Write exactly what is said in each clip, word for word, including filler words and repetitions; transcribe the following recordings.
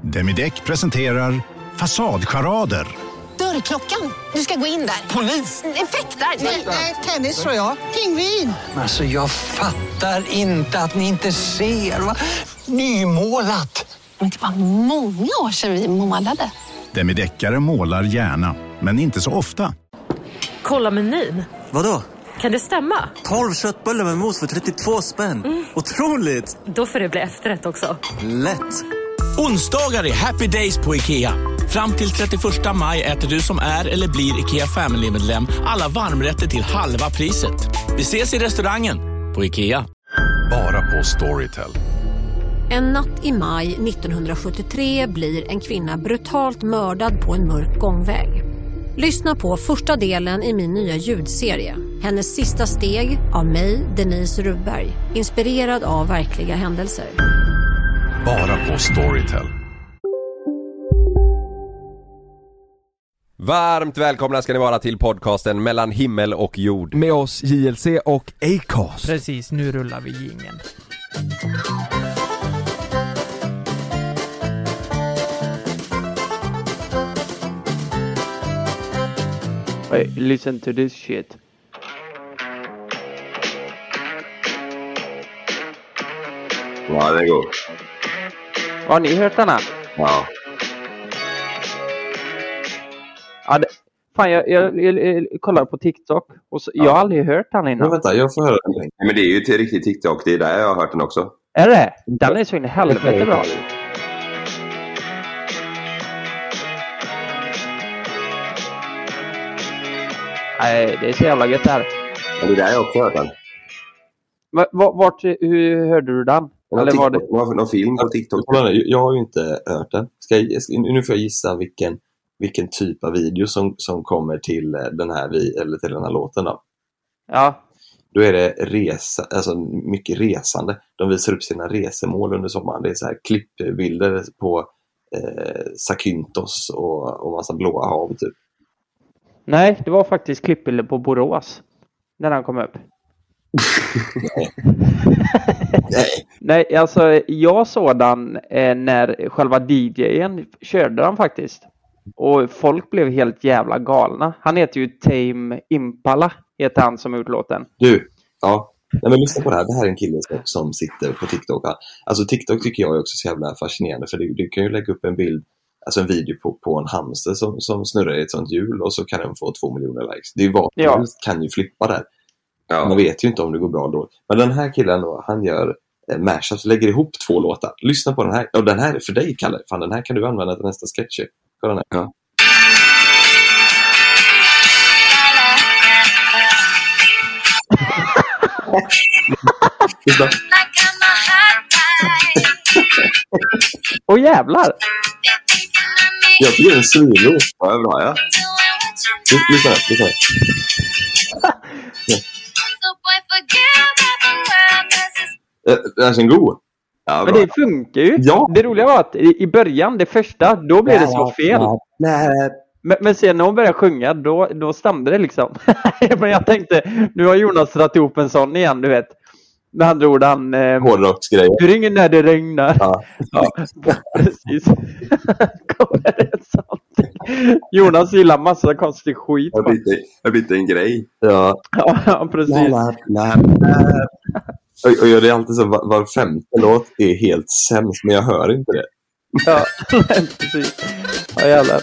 Demideck presenterar Fasadcharader. Dörrklockan. Du ska gå in där. Polis? Effektar? Nej, nej, tennis tror jag. Pingvin. Alltså jag fattar inte att ni inte ser. Va? Nymålat. Men det var många år sedan vi målade. Demideckare målar gärna, men inte så ofta. Kolla menyn. Vadå? Kan det stämma? tolv köttbullar med mos för trettiotvå spänn. Mm. Otroligt! Då får det bli efterrätt också. Lätt! Onsdagar är happy days på IKEA. Fram till trettioförsta maj äter du som är eller blir IKEA Family-medlem alla varmrätter till halva priset. Vi ses i restaurangen på IKEA. Bara på Storytel. En natt i maj nittonhundrasjuttiotre blir en kvinna brutalt mördad på en mörk gångväg. Lyssna på första delen i min nya ljudserie. Hennes sista steg av mig, Denise Rubberg. Inspirerad av verkliga händelser. Bara på Storytel. Varmt välkomna ska ni vara till podcasten Mellan himmel och jord. Med oss J L C och Acast. Precis, nu rullar vi jingeln. Hey, listen to this shit. Ja, det går. Har ni hört den här? Ja. Ja, det, fan, jag, jag, jag, jag kollar på TikTok och så, ja. Jag har aldrig hört den innan. Men vänta, jag får höra den. Nej, men det är ju till riktigt TikTok, det är där jag har hört den också. Är det? Den är så in i helvete bra. Nej, det är så jävla gött här. Ja, det är där jag också har hört den. V- vart, hur hörde du den? Någon, Eller var det någon, någon film på TikTok? Jag har ju inte hört den. Ska jag, nu får jag gissa vilken, vilken typ av video som, som kommer till den här vi, eller till den här låten då. Ja. Då är det resa, alltså mycket resande. De visar upp sina resemål under sommaren. Det är så här klippbilder på eh, Zakynthos och, och massa blåa hav typ. Nej, det var faktiskt klippbilder på Borås när han kom upp. Nej. Nej. Nej, alltså jag såg den eh, när själva D J:en körde den faktiskt. Och folk blev helt jävla galna. Han heter ju Tame Impala, heter han som utlåten. Du, ja. Nej, men lyssna på det här. Det här är en kille som, som sitter på TikTok. Alltså TikTok tycker jag är också så jävla fascinerande. För du, du kan ju lägga upp en bild, alltså en video på, på en hamster som, som snurrar i ett sånt hjul. Och så kan den få två miljoner likes. Det är ju vad ja. kan ju flippa där. Ja. Man vet ju inte om det går bra då. Men den här killen då, han gör eh, mashups, lägger ihop två låtar. Lyssna på den här. Och den här är för dig, Kalle. Fan, den här kan du använda till nästa sketch. Kolla den här. Ja. Lyssna. Åh jävlar! Jag tycker det är en silo. Ja, det är bra, ja. Lyssna, lyssna. Det är en god. Ja, men det funkar ju. Ja. Det roliga var att i, i början, det första, då blev det så fel. Men, men sen när hon började sjunga, då, då stämde det liksom. Men jag tänkte, nu har Jonas dratt ihop en sån igen, du vet. Med andra ord, han... Eh, Hårdrocksgrejer. Du ringer när det regnar. Ja, ja precis. Kommer det sånt? Jonas gillar massa konstig skit. Jag bytte, jag bytte en grej. Ja, ja precis. La, la, la. Och, och jag är alltid så, var, var femte låt är helt sämst, men jag hör inte det. Ja, precis. Ja, jävlar.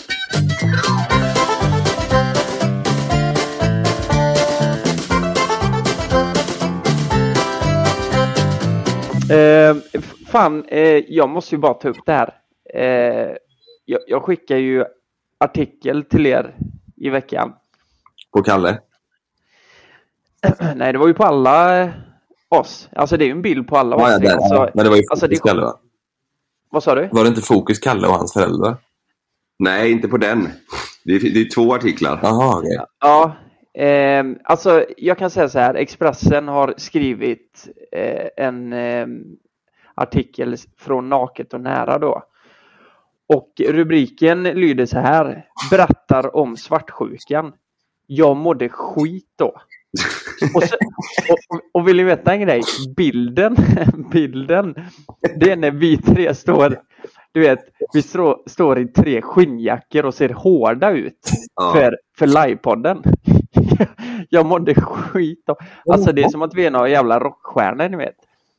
Eh, fan, eh, jag måste ju bara ta upp det här. Eh, jag, jag skickar ju artikel till er i veckan. På Kalle? Nej, det var ju på alla oss. Alltså det är ju en bild på alla oss. Ja, ja, det, alltså, men det var ju fokus alltså, det... Kalle, va? Vad sa du? Var det inte fokus Kalle och hans föräldrar? Nej, inte på den. Det är, det är två artiklar. Jaha, okej. Okay. Ja, eh, alltså jag kan säga så här. Expressen har skrivit eh, en eh, artikel från Naket och nära då. Och rubriken lyder så här: berättar om svartsjukan. Jag mådde skit då. Och, så, och, och vill ni veta en grej? Bilden, bilden, det är när vi tre står du vet, vi stå, står i tre skinnjackor och ser hårda ut Ja. för, för livepodden. Jag mådde skit. Av. Alltså det är som att vi är några jävla rockstjärnor, ni vet.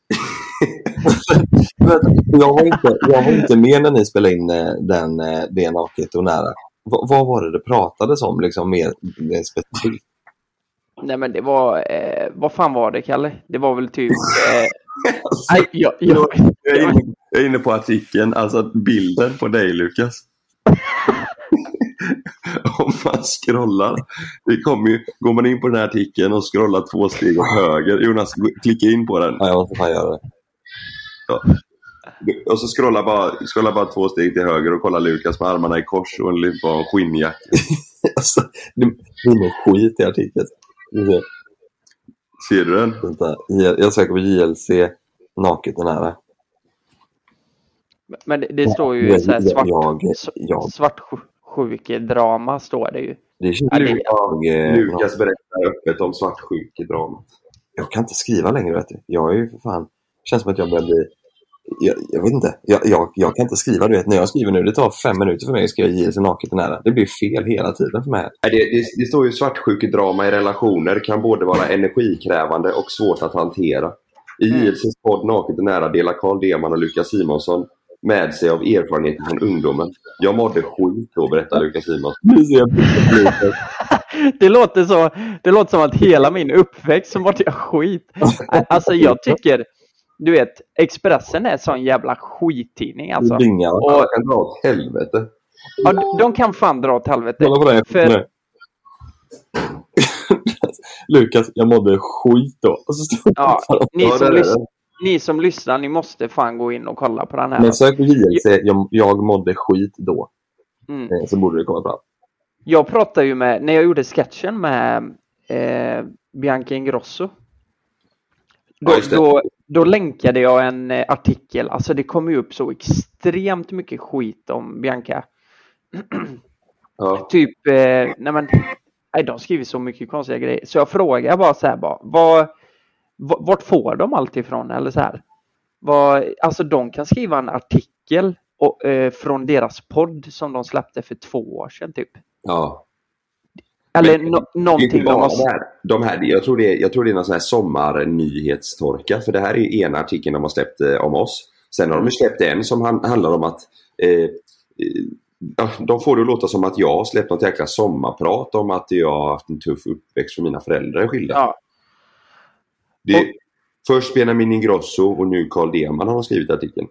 jag, var inte, jag var inte med när ni spelade in eh, den, eh, det naket och nära. V- vad var det det pratades om liksom mer, mer specifikt? Nej men det var, eh, vad fan var det, Kalle? Det var väl typ... Eh, alltså, aj, jag, jag, jag, är inne, jag är inne på artikeln, alltså bilden på dig, Lukas. Om man scrollar, det kommer ju, går man in på den här artikeln och scrollar två steg åt höger, Jonas, klicka in på den. Ja, jag måste fan göra det. Ja. Och så scrollar bara, scrollar bara två steg till höger och kollar Lukas med armarna i kors och en liten skinnjacka. Alltså, det är skit i artikeln. Ser. Ser du den? Vänta, jag söker på J L C naket och nära. Men det, det står ju ja, så här svart, jag, jag. svartsjukedrama står det ju. Det är ja, det, jag, jag, Lukas berättar öppet om svartsjukedrama. Jag kan inte skriva längre, vet du. Jag är ju för fan, känns som att jag börjar bli jag, jag vet inte, jag, jag, jag kan inte skriva, du vet, när jag skriver nu, det tar fem minuter för mig att skriva J L C naket och nära. Det blir fel hela tiden för mig. Det, det, det står ju svartsjukedrama i relationer kan både vara energikrävande och svårt att hantera. I J L C:s podd Naket och nära delar Carl Deman och Lukas Simonsson med sig av erfarenheter från ungdomen. Jag mådde skit då, berättar Lukas Simonsson. Det låter så, det låter som att hela min uppväxt så mådde jag skit. Alltså jag tycker, du vet, Expressen är sån jävla skittidning alltså. Ringa, och jag kan dra åt helvete. Ja, de kan fan dra åt helvete. För... Lukas, jag mådde skit då. Och så stod ja, ni, som ja, lys- ni som lyssnar, ni måste fan gå in och kolla på den här. Men sök på J L C, jag, jag mådde skit då. Mm. Så borde det komma fram. Jag pratade ju med, när jag gjorde sketchen med eh, Bianca Ingrosso. Då, ja, då, då länkade jag en eh, artikel. Alltså det kom ju upp så extremt mycket skit om Bianca. Ja. Typ, eh, nej men, nej, de skriver så mycket konstiga grejer. Så jag frågar bara så här, bara, vad, vart får de allt ifrån? Eller så här. Vad, alltså de kan skriva en artikel och, eh, från deras podd som de släppte för två år sedan typ. Ja. Eller men, no- någonting de har... Här, de här, jag, tror det, jag tror det är någon sån här sommarnyhetstorka. För det här är en artikel de har släppt eh, om oss. Sen har de släppt en som han, handlar om att eh, eh, de får det att låta som att jag har släppt något jäkla sommarprat om att jag har haft en tuff uppväxt för mina föräldrar är skilda. Ja. Det, och... Först Benjamin Ingrosso och nu Carl Deman har skrivit artikeln.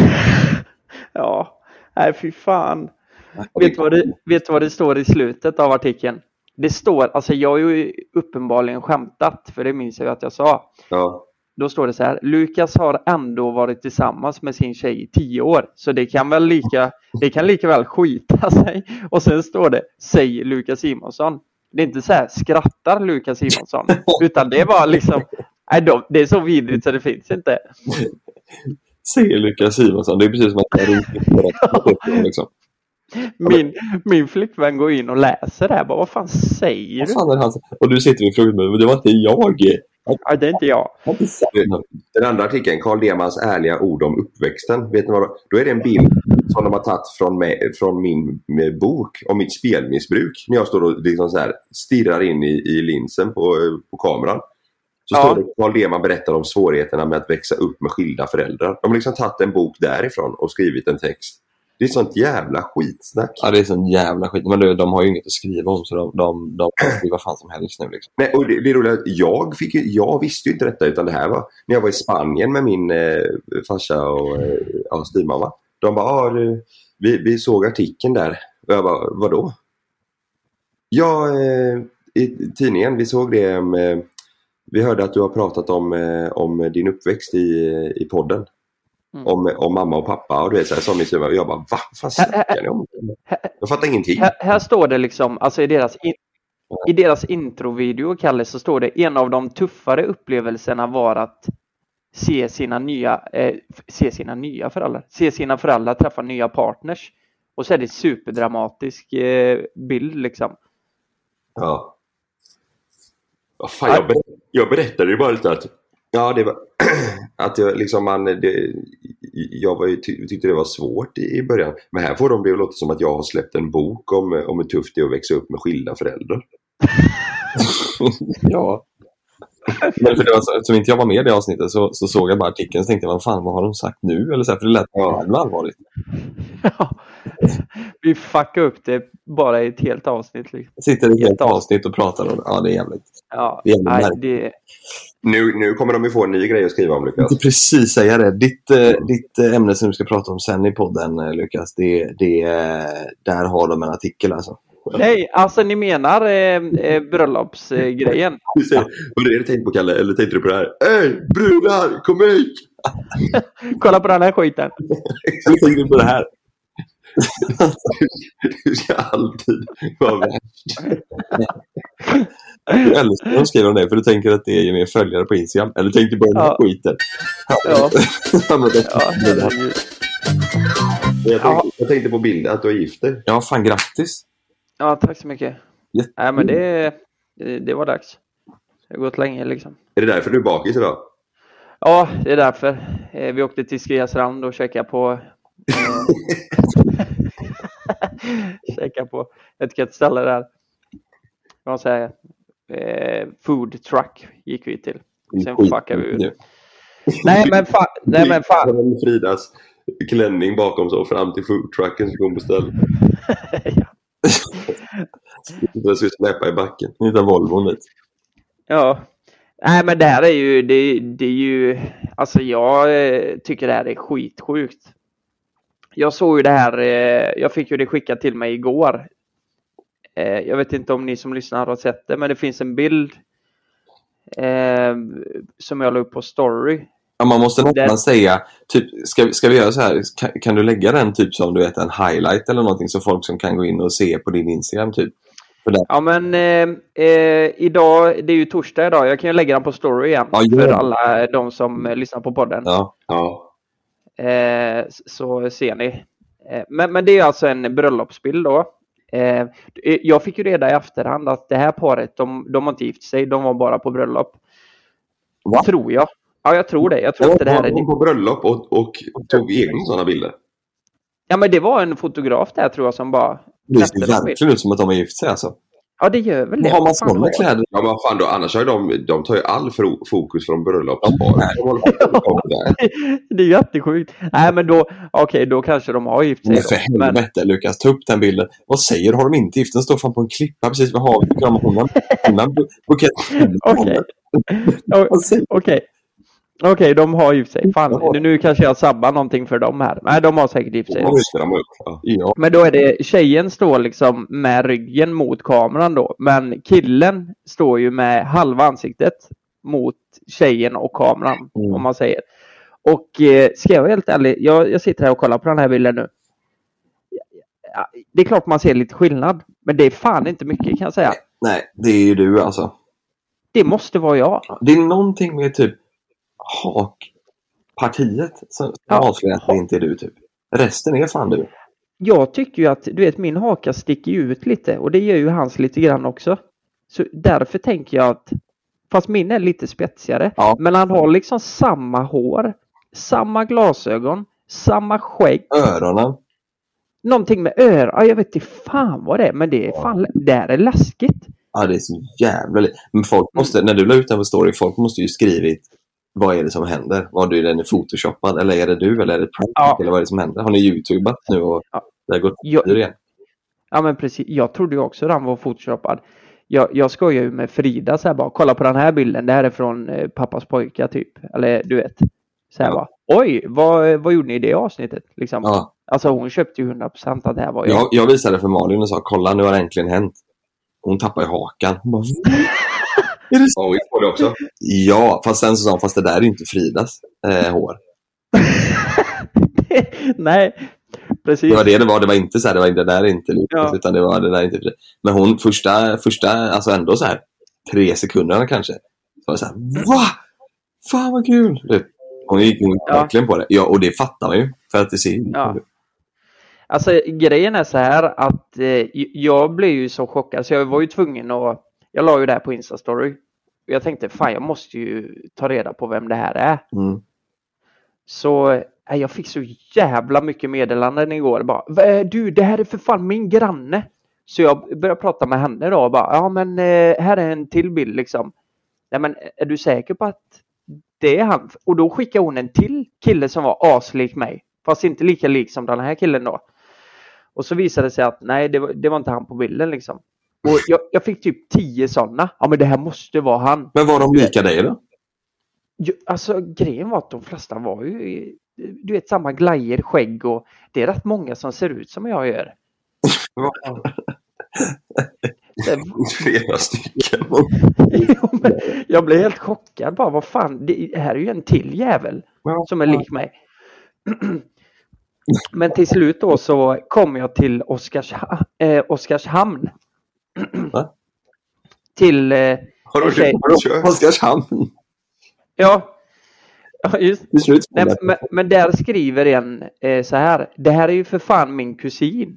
Ja, nej fy fan. Vet du vad det, vet vad det står i slutet av artikeln? Det står, alltså jag har ju uppenbarligen skämtat, för det minns jag att jag sa. Ja. Då står det så här: Lukas har ändå varit tillsammans med sin tjej i tio år. Så det kan väl lika, det kan lika väl skita sig. Och sen står det, säg Lukas Simonsson. Det är inte så här, skrattar Lukas Simonsson. Utan det var liksom, nej, de, det är så vidrigt så det finns inte. Säger Lukas Simonsson, det är precis som att jag ringer liksom. Min, min flickvän går in och läser det här. Bara, vad fan säger vad du? Fan är han? Och du sitter vid frukostbordet, men det var inte jag. Ja, det är inte jag. Den andra artikeln, Carl Demans ärliga ord om uppväxten. Vet ni vad? Då är det en bild som de har tagit från, mig, från min med bok om mitt spelmissbruk. När jag står och liksom så här stirrar in i, i linsen på, på kameran. Så ja. Står det Carl Deman berättar om svårigheterna med att växa upp med skilda föräldrar. De har liksom tagit en bok därifrån och skrivit en text. Det är sånt jävla skitsnack. Ja, det är sånt jävla skit. Men de, de har ju inget att skriva om, så de, de, de kan skriva fan som helst nu liksom. Nej, och det, det är roligt att jag, fick, jag visste ju inte detta, utan det här var när jag var i Spanien med min eh, farsa och eh, ja, styvmamma. De bara, ah, du, vi, vi såg artikeln där. Och jag bara, vadå? Ja, eh, i tidningen, vi såg det. Eh, vi hörde att du har pratat om, eh, om din uppväxt i, i podden. Mm. Om, om mamma och pappa, och du vet så här, som i syva. Jag bara, va? Vad snackar ni om? Jag fattar ingenting. Här, här står det liksom, alltså i deras, in, i deras introvideo, Kalle, så står det: en av de tuffare upplevelserna var att se sina nya, eh, se sina nya föräldrar, se sina föräldrar träffa nya partners. Och så är det superdramatisk eh, bild liksom. Ja. Vad fan, jag, ber- jag berättade ju bara lite att ja, det var att jag liksom man det, jag var ju, ty- tyckte det var svårt i, i början. Men här får de det att låta som att jag har släppt en bok om, om hur tufft det är att växa upp med skilda föräldrar. Ja. Men för det var så, som inte jag var med i det avsnittet så, så såg jag bara artikeln och tänkte jag, vad fan, vad har de sagt nu? Eller så här, för det lät jävla allvarligt. Ja. Vi fuckar upp det bara i ett helt avsnitt. Liksom. Jag sitter i ett helt avsnitt och pratar om det. Ja, det är jävligt. Ja, det är jävligt nej, det... nu, nu kommer de ju få en ny grej att skriva om, Lukas. Det precis säga det. Ditt, mm. ditt ämne som du ska prata om sen i podden, Lukas, det, det, där har de en artikel alltså. Nej, alltså ni menar eh, bröllopsgrejen. Ja. Vad är det du tänkte på, Kalle? Eller tänkte du på det här? Ey, brudar, kom hit! Kolla på den här skiten. Jag tänkte på det här. Du ska alltid vara värst. Du älskar att skriva om det, för du tänker att det ger mer följare på Instagram. Eller tänkte du på den här ja. skiten? Ja. Ja. Ja, jag, tänkte, jag tänkte på bilden att du är gift dig. Ja, fan, grattis. Ja, tack så mycket. Yes. Nej, men det, det var dags. Det har gått länge liksom. Är det därför du är bakis idag? Ja, det är därför. Vi åkte till Skriasrand och käkade på... käkade på ett ställe där. Man säger, eh, food truck gick vi till. Sen fuckade vi ur. Nej, men fan. Nej, men fan. Fridas klänning bakom så fram till food trucken som kom på stället. Ja. Jag ska släppa i backen. Nu tar Volvon dit. Ja. Nej, men det här är ju det, det är ju alltså jag tycker det här är skitsjukt. Jag såg ju det här, jag fick ju det skickat till mig igår. Jag vet inte om ni som lyssnar har sett det, men det finns en bild eh, som jag la upp på story. Ja, man måste nästan det... säga, typ, ska, ska vi göra så här, kan, kan du lägga den typ som du vet en highlight eller någonting så folk som kan gå in och se på din Instagram typ? Ja, men eh, eh, idag, det är ju torsdag idag, jag kan ju lägga den på story igen ja, för alla de som eh, lyssnar på podden. Ja, ja. Eh, så ser ni. Eh, men, men det är alltså en bröllopsbild då. Eh, jag fick ju reda i efterhand att det här paret, de, de har inte gift sig, de var bara på bröllop. Va? Tror jag. Ja, jag tror det. Jag tror inte det här är de på bröllop och, och tog egna sådana bilder. Ja, men det var en fotograf där tror jag som bara... Det ser verkligen ut som att de har gift sig alltså. Ja, det gör väl det. Har man sådana kläder? Ja, men fan då, annars har de, de tar ju all fokus från bröllopspar. Det är jättesjukt. Nej, men då, okej, okay, då kanske de har gift sig. Men för helvete, men... Lukas, ta upp den bilden. Vad säger du? Har de inte gift? Den står fan på en klippa precis vid havet. Okej. Okej. Okej. Okej, okay, de har gift sig. Fan, nu kanske jag sabbar någonting för dem här. Nej, de har säkert gift sig. Ja. Men då är det, tjejen står liksom med ryggen mot kameran då. Men killen står ju med halva ansiktet mot tjejen och kameran, mm. om man säger. Och eh, ska jag vara helt ärlig, jag, jag sitter här och kollar på den här bilden nu. Ja, det är klart man ser lite skillnad. Men det är fan inte mycket kan jag säga. Nej, det är ju du alltså. Det måste vara jag. Det är någonting med typ hakpartiet som ja. avslöjar att det inte är du typ. Resten är fan du. Jag tycker ju att, du vet, min haka sticker ut lite. Och det gör ju hans lite grann också. Så därför tänker jag att, fast min är lite spetsigare. Ja. Men han har liksom samma hår, samma glasögon, samma skägg. Öronen. Någonting med öron. Ja, jag vet inte fan vad det är. Men det är fan, det här är läskigt. Ja, det är så jävla... Men folk måste, mm. när du la ut den på story, folk måste ju skrivit vad är det som händer? Var du den är photoshoppad? Eller är det du? Eller är det prank? Ja. Eller vad är det som händer? Har ni YouTubat nu och ja. det har gått jag, igen? Ja, men precis. Jag trodde ju också att han var photoshoppad. Jag, jag skojar ju med Frida så här bara. Kolla på den här bilden. Det här är från eh, pappas pojkar typ. Eller du vet. Så här ja. bara. Oj, vad, vad gjorde ni i det avsnittet? Liksom. Ja. Alltså hon köpte ju hundra procent att det här var jag. jag. Jag visade för Malin och sa, kolla nu har det äntligen hänt. Hon tappade i hakan. Hon bara, är det så? Ja, det också. Ja, fast sen så sa hon, fast det där är inte Fridas eh, hår. Nej, precis. Det var det det var, det var inte så här, det var det där är inte Lukas, ja. utan det var det där inte Fridas. Men hon första, första, alltså ändå så här, tre sekunderna kanske. Så var det så här, va? Fan vad kul! Hon gick ja. verkligen på det. Ja, och det fattar man ju, för att det ser ja. Alltså grejen är så här att eh, jag blev ju så chockad så jag var ju tvungen att, jag la ju det här på Instastory. Jag tänkte, fan jag måste ju ta reda på vem det här är. Mm. Så jag fick så jävla mycket meddelanden igår. Bara, du, det här är för fan min granne. Så jag började prata med henne då. Och bara, ja men här är en till bild liksom. Nej men är du säker på att det är han? Och då skickade hon en till kille som var aslik mig. Fast inte lika lik som den här killen då. Och så visade det sig att nej, det var, det var inte han på bilden liksom. Och jag, jag fick typ tio sådana. Ja men det här måste vara han. Men var de lika dig då? Jo, alltså grejen var att de flesta var ju, du vet, samma glajer, skägg och det är rätt många som ser ut som jag gör. Flera stycken. Jo, men jag blev helt chockad bara, vad fan, det här är ju en till jävel som är lik mig. Men till slut då så kom jag till Oskarsha, eh, Oskarshamn. Va? Till eh, Har du kört Oskarshamn? Ja, ja just. Nej, men, men där skriver en eh, så här. Det här är ju för fan min kusin.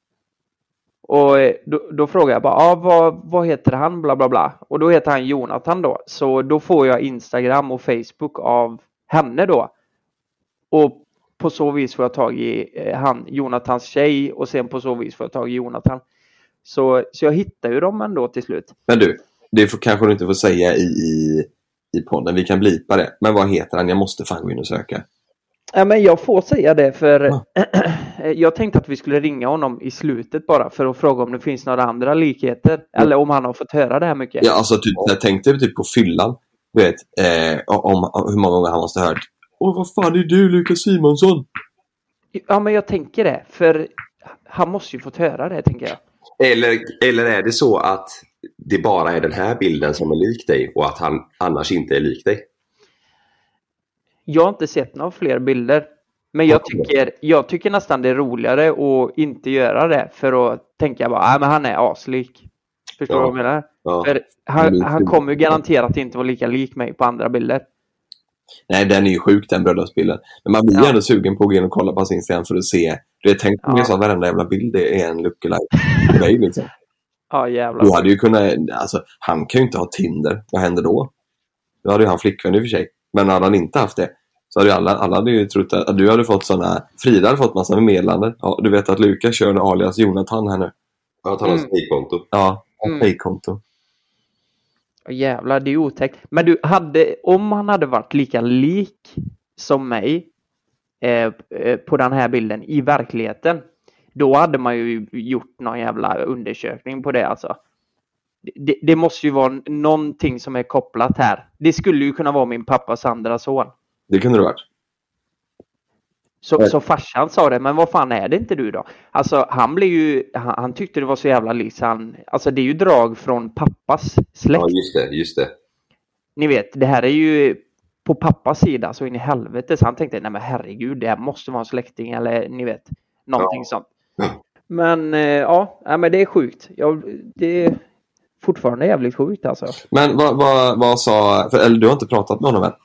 Och eh, då, då frågar jag bara, ah, vad, vad heter han? Bla bla bla. Och då heter han Jonathan då. Så då får jag Instagram och Facebook av henne då. Och på så vis får jag tag i eh, han, Jonathans tjej. Och sen på så vis får jag tag i Jonathan. Så, så jag hittar ju dem ändå till slut. Men du, det får, kanske du inte får säga i... i... i podden, vi kan blipa det. Men vad heter han? Jag måste fan gå in och söka. Ja, men jag får säga det för ja. Jag tänkte att vi skulle ringa honom i slutet bara för att fråga om det finns några andra likheter. Mm. Eller om han har fått höra det här mycket. Ja, alltså typ, jag tänkte typ på fyllan. Du vet, eh, om, om hur många gånger han måste ha hört. Åh, vad fan är du, Lukas Simonsson? Ja, men jag tänker det. För han måste ju fått höra det, tänker jag. Eller, eller är det så att det bara är den här bilden som är lik dig och att han annars inte är lik dig? Jag har inte sett några fler bilder. Men jag tycker, jag tycker nästan det är roligare att inte göra det. För att tänka bara, nej men han är aslik. Förstår du ja. vad jag menar? Ja. För han, han kommer ju garanterat inte vara lika lik mig på andra bilder. Nej, den är ju sjuk, den bröllopsbilden. Men man blir ju ja. ändå sugen på att gå in och kolla på sin Instagram för att se. Du vet, tänk på ja. så att varenda jävla bild är en lookalike på dig liksom. Ja, jävlar. Du hade ju kunnat, alltså, han kan ju inte ha Tinder. Vad händer då? Då hade ju han flickvän i och för sig. Men hade han inte haft det så hade ju alla, alla hade ju trott att du hade fått sådana. Frida hade fått massa med meddelanden. Ja, du vet att Lukas kör en alias Jonathan här nu. Ja, att han har mm. fejkkonto. Ja, mm. fejkkonto. Jävlar, det är otäckt. Men du, hade, om han hade varit lika lik som mig eh, på den här bilden i verkligheten, då hade man ju gjort någon jävla undersökning på det alltså. Det, det måste ju vara någonting som är kopplat här. Det skulle ju kunna vara min pappas andra son. Det kunde det varit. Så, så farsan sa det, men vad fan är det inte du då? Alltså han blev ju, han, han tyckte det var så jävla likt. Alltså det är ju drag från pappas släkt. Ja, just det, just det. Ni vet, det här är ju på pappas sida så in i helvete. Så han tänkte, nej men herregud, det här måste vara en släkting eller ni vet, någonting ja. sånt. Ja. Men ja, ja, men det är sjukt. Jag, det är fortfarande jävligt sjukt alltså. Men vad, vad, vad sa, för, eller du har inte pratat med honom än?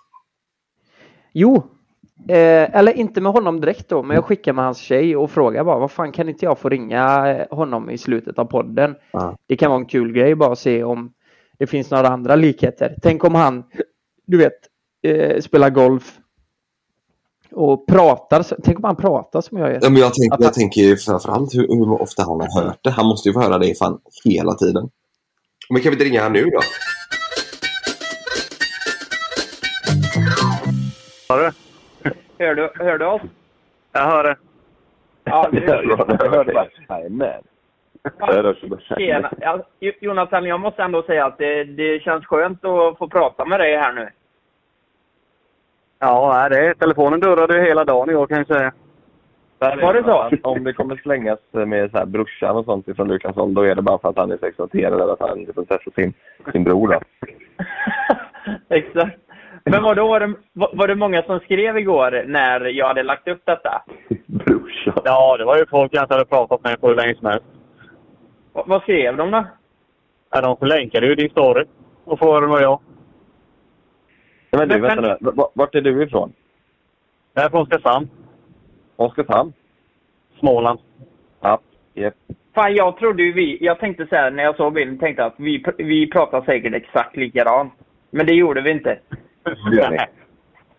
Jo. Eh, eller inte med honom direkt då, men jag skickar med hans tjej och frågar bara, vad fan kan inte jag få ringa honom i slutet av podden? Ah. Det kan vara en kul grej bara att se om det finns några andra likheter. Tänk om han, du vet, eh, spelar golf och pratar, tänk om han pratar som jag gör. Ja, men jag, tänk, jag han... tänker ju framförallt hur, hur ofta han har hört det. Han måste ju få höra det fan hela tiden. Men kan vi inte ringa han nu då? Hör du? Hör du, hör du oss? Jag hör det. Ja, det hör jag. hör det. Nej, men. Tjena. Ja, Jonathan, jag måste ändå säga att det, det känns skönt att få prata med dig här nu. Ja, det är. Telefonen dörrade hela dagen igår kan jag säga. Var det så? Om det kommer slängas med så här brorsan och sånt från Lukasson, då är det bara för att han är sexualiserad eller att han inte får träffa sin, sin bror då. Exakt. Men var, då var, det, var det många som skrev igår när jag hade lagt upp detta? Brorsan. Ja, det var ju folk jag inte hade pratat med på hur länge som helst. V- vad skrev de då? Ja, de länkade ju din story. Och får de och jag. Ja, men du, men, vänta nu. V- vart är du ifrån? Jag är från Oskarshamn. Oskarshamn? Småland. Ja, yep. Fan, jag trodde ju vi... Jag tänkte så här, när jag såg bilden, tänkte att vi, vi pratar säkert exakt likadant. Men det gjorde vi inte. Det gör ni.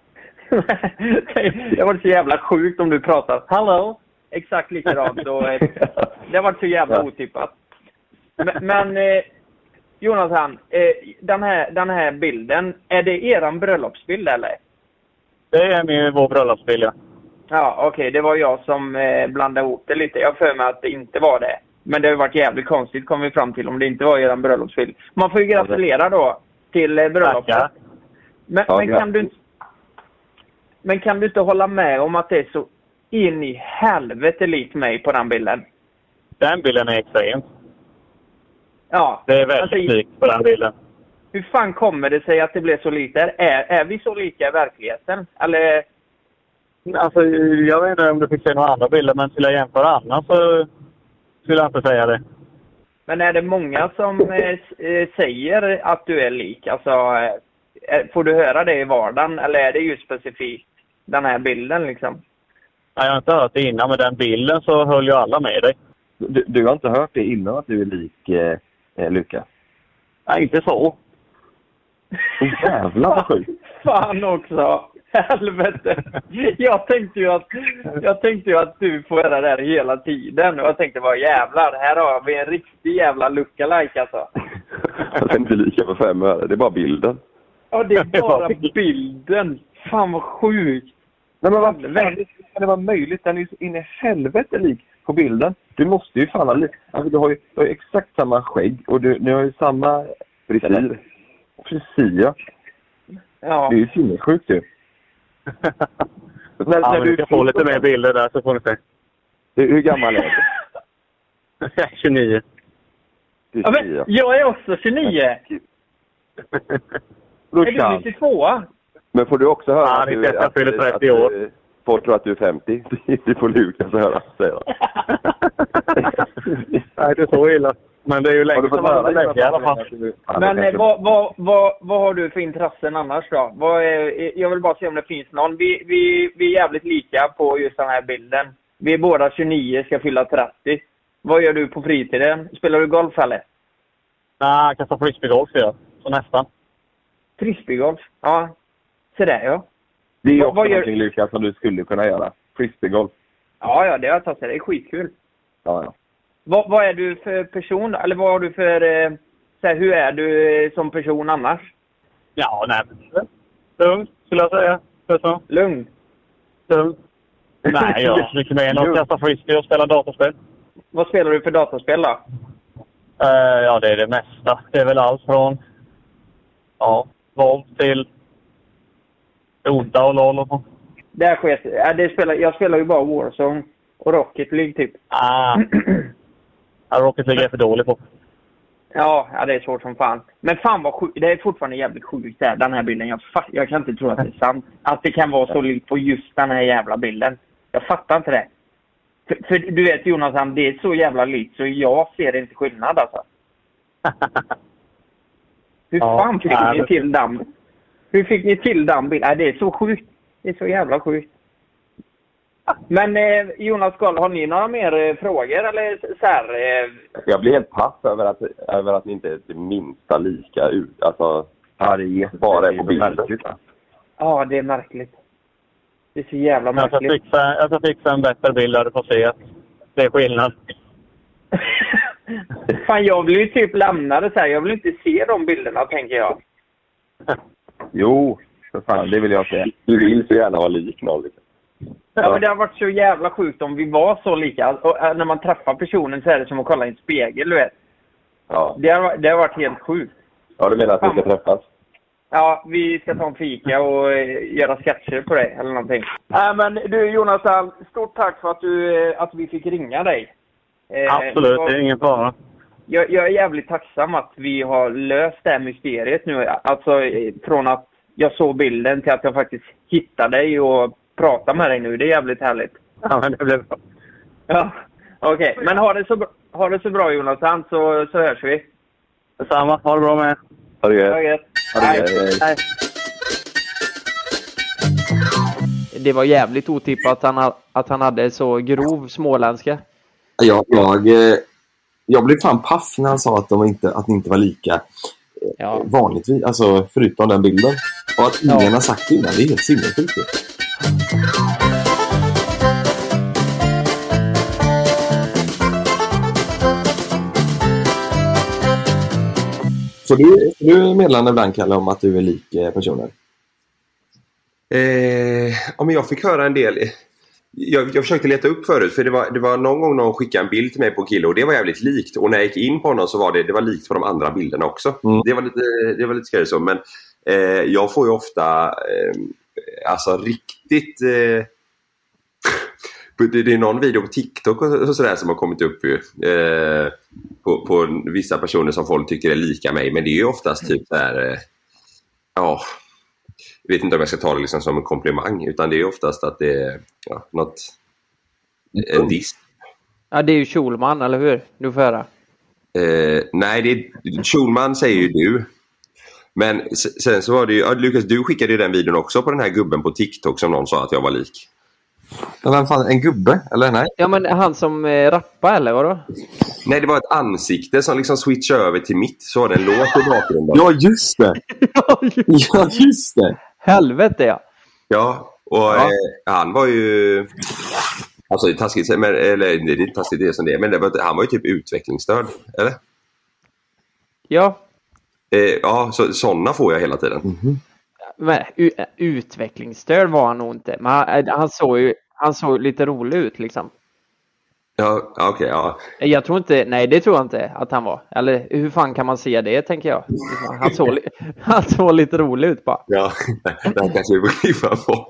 Det var så jävla sjukt om du pratar hallå, exakt likadant. Och, eh, det var så jävla otippat. Men, men eh, Jonathan, eh, den, här, den här bilden, är det eran bröllopsbild eller? Det är min, vår bröllopsbild, ja. Ja, okej. Okay. Det var jag som eh, blandade ihop det lite. Jag för mig att det inte var det. Men det har varit jävligt konstigt, kom vi fram till, om det inte var eran bröllopsbild. Man får ju gratulera då till eh, bröllopet. Tackar. Men, ja, men, kan du, men kan du inte hålla med om att det är så in i helvete likt mig på den bilden? Den bilden är extremt. Ja. Det är väldigt alltså, likt på den bilden. Hur fan kommer det sig att det blev så likt? Är, är vi så lika i verkligheten? Eller... Alltså, jag vet inte om du fick se några andra bilder, men till att jämföra annars så skulle jag inte säga det. Men är det många som eh, säger att du är lik? Alltså, eh, får du höra det i vardagen? Eller är det just specifikt den här bilden liksom? Nej, jag har inte hört det innan, men den bilden så höll ju alla med dig. Du, du har inte hört det innan att du är lik eh, eh, Lukas? Nej, inte så. Jävlar vad sjukt. Fan också. Helvete. Jag tänkte ju att jag tänkte ju att du får göra det här hela tiden. Och jag tänkte, vad jävlar, här har vi en riktig jävla lookalike alltså. Jag är inte lika på fem öre, det är bara bilden. Ja, det är bara bilden. Fan vad sjukt. Nej, men vad fan, kan det vara möjligt? Den är ju så in i helvete lik på bilden. Du måste ju fan ha li- alltså, du har ju, du har ju exakt samma skägg och du, ni har ju samma frisyr. Frisyr, ja. Ja. Det är ju sinnessjukt ju. när, ja, när du ska få lite mer bilder där så får ni se. Hur, hur gammal är du? Jag är tjugonio. Du är ja, men, jag är också tjugonio. Är du nittiotvå? Men får du också höra ja, att, du, att, att, att, trettio år. Att, folk tror att du är femtio. Du får Lukas höra, säger han. Nej, det är så illa. Men det är ju länge som man lägger i alla fall. Men eh, vad, vad, vad, vad har du för intressen annars då? Vad är, jag vill bara se om det finns någon. Vi, vi, vi är jävligt lika på just den här bilden. Vi är båda tjugonio, ska fylla trettio. Vad gör du på fritiden? Spelar du golf eller? Nej, jag kastar frisbeegolf, ja. Så nästan. Frisbeegolf? Ja. Så där, ja. Det är också någonting, Lukas, som du skulle kunna göra. Frisbeegolf. Ja, ja, det har jag tagit. Det är skitkul. Ja, ja. Vad, vad är du för person? Eller vad har du för... Eh, så här, hur är du som person annars? Ja, nej. Lugn, skulle jag säga. Så. Lugn? Lugn. Nej, jag är mycket mer än att kasta frisbee och spela dataspel. Vad spelar du för dataspel då? Uh, ja, det är det mesta. Det är väl allt från... Ja, Volt till... Dota och LOL och så. Där sker, ja, det spelar, jag spelar ju bara Warzone och Rocket League typ. Ah. Ja, Rocket League är för dålig på. Ja, ja, det är svårt som fan. Men fan vad sjukt. Det är fortfarande jävligt sjukt där, den här bilden. Jag, fatt, jag kan inte tro att det är sant. Att det kan vara så likt på just den här jävla bilden. Jag fattar inte det. För, för du vet Jonathan, det är så jävla likt så jag ser inte skillnad alltså. Hur ja, fan fick ja, ni det... till den? Hur fick ni till den bilden? Nej, det är så sjukt. Det är så jävla sjukt. Men eh, Jonas Gall, har ni några mer eh, frågor eller så här? Eh... Jag blir helt pass över att, över att ni inte är det minsta lika ut. Alltså, ja, det är bara på bilden. Ja, det är märkligt. Det är så jävla märkligt. Jag ska fixa, jag ska fixa en bättre bild där du får se att det är skillnad. Fan, jag blir ju typ lämnade så här. Jag vill inte se de bilderna, tänker jag. Jo, för fan, det vill jag säga. Du vill så gärna vara lik någon lite. Ja, men det har varit så jävla sjukt om vi var så lika. Och när man träffar personen så är det som att kolla i en spegel, du vet. Ja. Det har, det har varit helt sjukt. Ja, du menar att vi ska träffas? Ja, vi ska ta en fika och eh, göra sketcher på det eller någonting. Nej, äh, men du Jonathan, stort tack för att, du, att vi fick ringa dig. Eh, Absolut, det är ingen fara. Jag, jag är jävligt tacksam att vi har löst det här mysteriet nu. Alltså från att jag såg bilden till att jag faktiskt hittade dig och pratar med dig nu. Det är jävligt härligt. Ja, men det blev bra. Ja, okej. Okay. Men ha det, så, ha det så bra Jonathan, så, så hörs vi. Detsamma, ha det bra med. Ha det gött. Ha det gött. Hej. Hej. Det var jävligt otippat att han, att han hade så grov småländska. Ja, jag, jag blev fan paff när han sa att, de inte, att ni inte var lika. Ja. Vanligtvis, alltså förutom den bilden. Och att ingen ja. har sagt det innan, det är helt sinnessjukt. Får du, du meddelande ibland, Kalle, om att du är lik personer? Eh, ja, men jag fick höra en del. Jag, jag försökte leta upp förut, för det var, det var någon gång någon skickade en bild till mig på en kille och det var jävligt likt. Och när jag gick in på honom så var det, det var likt på de andra bilderna också. Mm. Det var lite, det var lite skräll så. Men eh, jag får ju ofta eh, alltså riktigt... Eh, det, det är någon video på TikTok och sådär som har kommit upp ju, eh, på, på vissa personer som folk tycker är lika mig. Men det är ju oftast typ där... Eh, ja... Jag vet inte om jag ska ta det liksom som en komplimang, utan det är oftast att det är ja, något, en diss. Ja, det är ju Schulman, eller hur? Du får höra. Eh, nej, det är, Schulman säger ju du. Men sen så var det ju, ja, Lukas, du skickade ju den videon också på den här gubben på TikTok som någon sa att jag var lik. Men vem fan, en gubbe? Eller nej? Ja, men han som eh, rappar, eller vadå? Nej, det var ett ansikte som liksom switchade över till mitt, så var det en låt i bakgrunden. Ja, just det! Ja, just det! Helvete, ja. Ja, och ja. Eh, han var ju... Alltså, taskigt, men, eller det är inte taskigt det som det är, men det var, han var ju typ utvecklingsstörd, eller? Ja. Eh, ja, så, sådana får jag hela tiden. Mm-hmm. Men u- utvecklingsstörd var han nog inte. Men han, han, såg ju han såg lite rolig ut liksom. Ja, okej, okay, ja. Jag tror inte, nej det tror jag inte att han var. Eller hur fan kan man se det, tänker jag. Han såg, han såg lite rolig ut bara. Ja, det här kanske är klippa bort.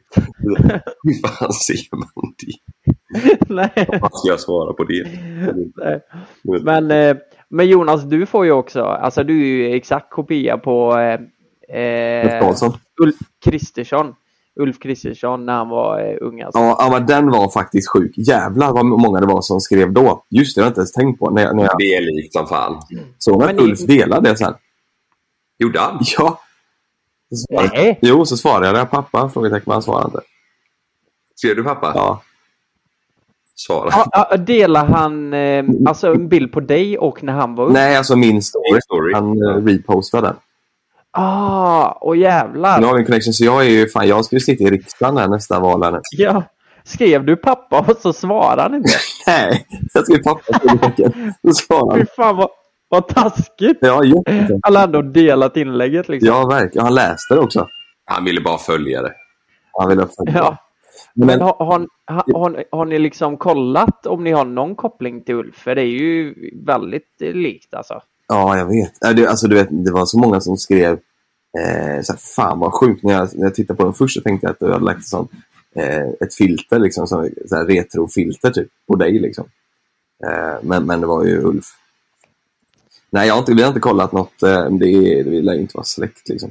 Hur fan ser man det? Nej. Vad ska jag svara på det? Nej. Men, men Jonas, du får ju också, alltså du är ju exakt kopia på eh, Ulf Kristersson. Ulf Kristersson när han var eh, ung alltså. Ja, ja, men den var faktiskt sjuk. Jävlar vad många det var som skrev då. Just det, jag har inte ens tänkt på. När jag, när jag... Det är likt som fan. Så när Ulf ni... delade det sen. Gjorde han? Ja. Nej. Jo, så svarade jag pappa. Frågetecken, men han svarade inte. Skrev du pappa? Ja. Svara. Ja, delar han eh, alltså en bild på dig och när han var ung? Nej, alltså min story. story. Han eh, repostade den. Ah, och jävlar. Nu har vi en connection, så jag är ju fan, jag ska ju sitta i riksdagen här nästa val här. Ja, skrev du pappa och så svarade han inte? Nej, jag skrev pappa så svarade han. Fy fan vad, vad taskigt. Ja, jättebra. Han hade ändå delat inlägget liksom. Ja, verkligen. Han läste det också. Han ville bara följa det. Han ville följa det. Ja. Men, Men har, har, har, har ni liksom kollat om ni har någon koppling till Ulf? För det är ju väldigt likt alltså. Ja, jag vet. Det, alltså, du vet, det var så många som skrev eh, så här, fan vad sjukt. När jag, när jag tittade på den först så tänkte jag att du hade lagt sånt, eh, ett filter, liksom, så, så här, retrofilter typ, på dig. Liksom. Eh, men, men det var ju Ulf. Nej, jag har inte, vi har inte kollat något. Eh, det, det vill ju inte vara släkt liksom.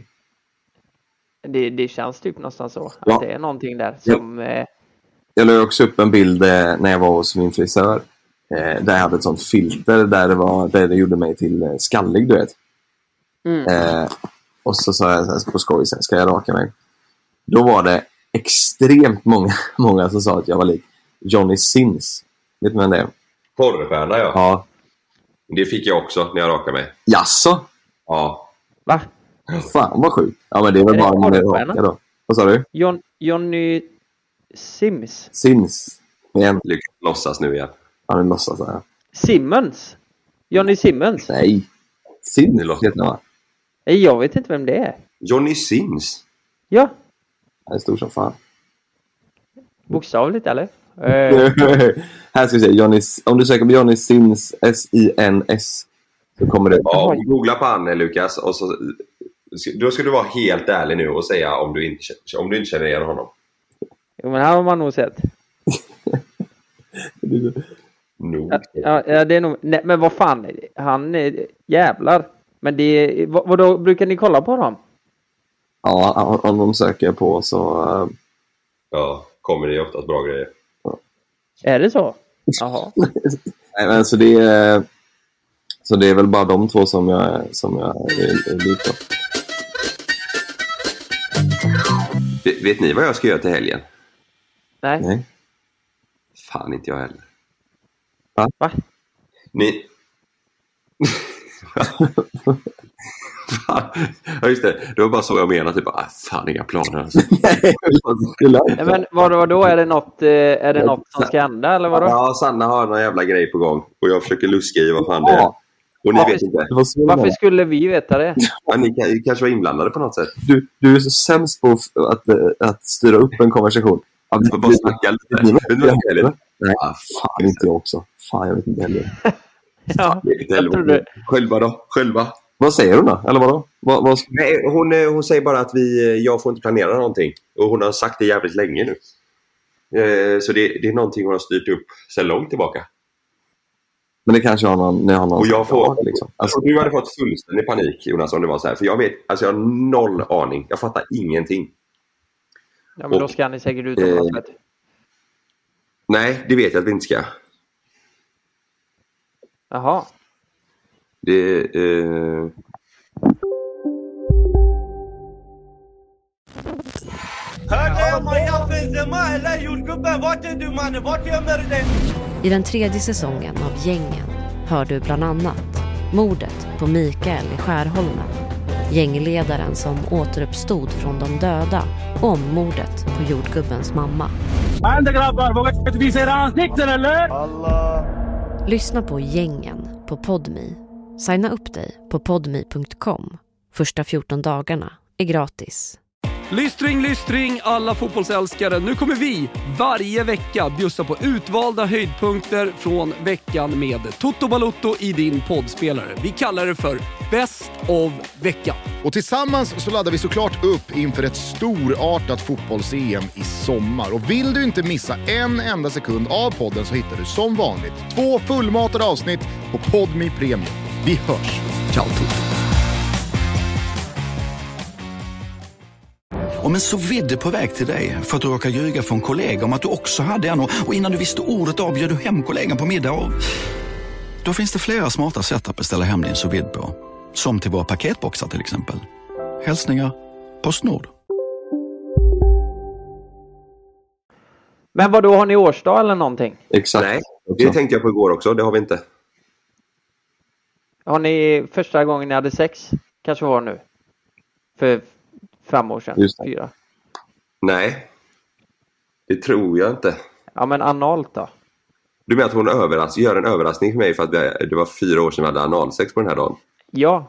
Det, det känns typ nästan så. Att ja. det är någonting där som... Ja. Eh... Jag la också upp en bild eh, när jag var hos min frisör. Eh, där jag hade ett sånt filter där det, var, där det gjorde mig till eh, skallig, du vet. Mm. Eh, och så sa jag så här, på skoj, så här, ska jag raka mig? Då var det extremt många, många som sa att jag var lik Johnny Sins. Vet du vem det är? Porrstjärna, ja. Ja. Det fick jag också när jag rakade mig. Jaså? Ja. Va? Fan vad sjukt. Ja, men det är väl är bara det raka då. Vad sa du? John, Johnny Sims. Sims. Igen. Lyckas låtsas nu igen. Ja, nu låtsas jag. Simmons. Johnny Simmons. Nej. Sims heter det, va? Nej, jag vet inte vem det är. Johnny Sims? Ja. Han är stor som fan. Bokstavligt, eller? Uh. Här ska vi se. Johnny, om du söker på Johnny Sims, S I N S, så kommer det... Ja, googla på Anne, Lukas. Och så, då ska du vara helt ärlig nu och säga om du inte, om du inte känner igen honom. Jo, men här har man nog sett. Nog. Ja, ja, det är nog... Nej, men vad fan, han är jävlar. Men det vad, vad då brukar ni kolla på dem? Ja, om de söker på så... Uh... Ja, kommer det oftast bra grejer. Ja. Är det så? Jaha. Nej, men så det är... Så det är väl bara de två som jag, som jag är, är lik på. Vet, vet ni vad jag ska göra till helgen? Nej. Nej. Fan, inte jag heller. Va? Va? Ni... Ja just det, det var bara så jag menade typ, ah, fan inga planer alltså. Nej, men vad då, då är det något eh, är det något som ska hända eller vad då? Ja, Sanna har någon jävla grej på gång och jag försöker luska i vad fan det är. Och ni varför, vet inte. Varför skulle vi veta det? Ja, ni kan, kanske var inblandade på något sätt. Du, du är så sämst på att, att styra upp en konversation. Ja, vi får bara snacka lite. Vet du vad det är? Nej, fan inte jag också. Fan, jag vet inte heller. Ja, jag tror det. Själva då? Själva? Vad säger hon då? Eller vadå? Vad, vad... Nej, hon, hon säger bara att vi, jag får inte planera någonting. Och hon har sagt det jävligt länge nu. Eh, så det, det är någonting hon har styrt upp sedan långt tillbaka. Men det kanske har någon... Ni har någon och jag får... Liksom. Alltså, du hade fått fullständig panik, Jonas, om det var så här. För jag vet, alltså jag har noll aning. Jag fattar ingenting. Ja, men och, då ska ni säkert ut om eh, något. Nej, det vet jag att vi inte ska. Jaha. Det... Eh... I den tredje säsongen av Gängen hör du bland annat mordet på Mikael i Skärholmen, gängledaren som återuppstod från de döda, om mordet på jordgubbens mamma. Lyssna på Gängen på Podme. Signa upp dig på podme punkt com. Första fjorton dagarna är gratis. Lystring, lystring alla fotbollsälskare. Nu kommer vi varje vecka bjussa på utvalda höjdpunkter från veckan med Toto Balotto i din poddspelare. Vi kallar det för Best of veckan. Och tillsammans så laddar vi såklart upp inför ett storartat fotbolls-E M i sommar. Och vill du inte missa en enda sekund av podden så hittar du som vanligt två fullmatade avsnitt på Podme Premium. Vi hörs. Ciao Toto. Om en så vidde på väg till dig för att du råkar ljuga från kollega om att du också hade en och innan du visste ordet av bjöd du hem kollegan på middag och... Då finns det flera smarta sätt att beställa hem din så vid på. Som till våra paketboxar till exempel. Hälsningar Postnord. Men vad då har ni årsdag eller någonting? Exakt. Nej, det tänkte jag på igår också. Det har vi inte. Har ni första gången ni hade sex? Kanske var nu. För fem år sedan. Just det. Fyra. Nej. Det tror jag inte. Ja, men analt då? Du menar att hon överras- gör en överraskning för mig för att det var fyra år sedan vi hade analsex på den här dagen? Ja.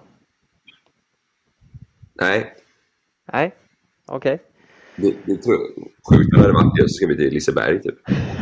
Nej. Nej, okej. Okay. Det, det tror jag. Sjukt när det var så ska vi till Liseberg typ.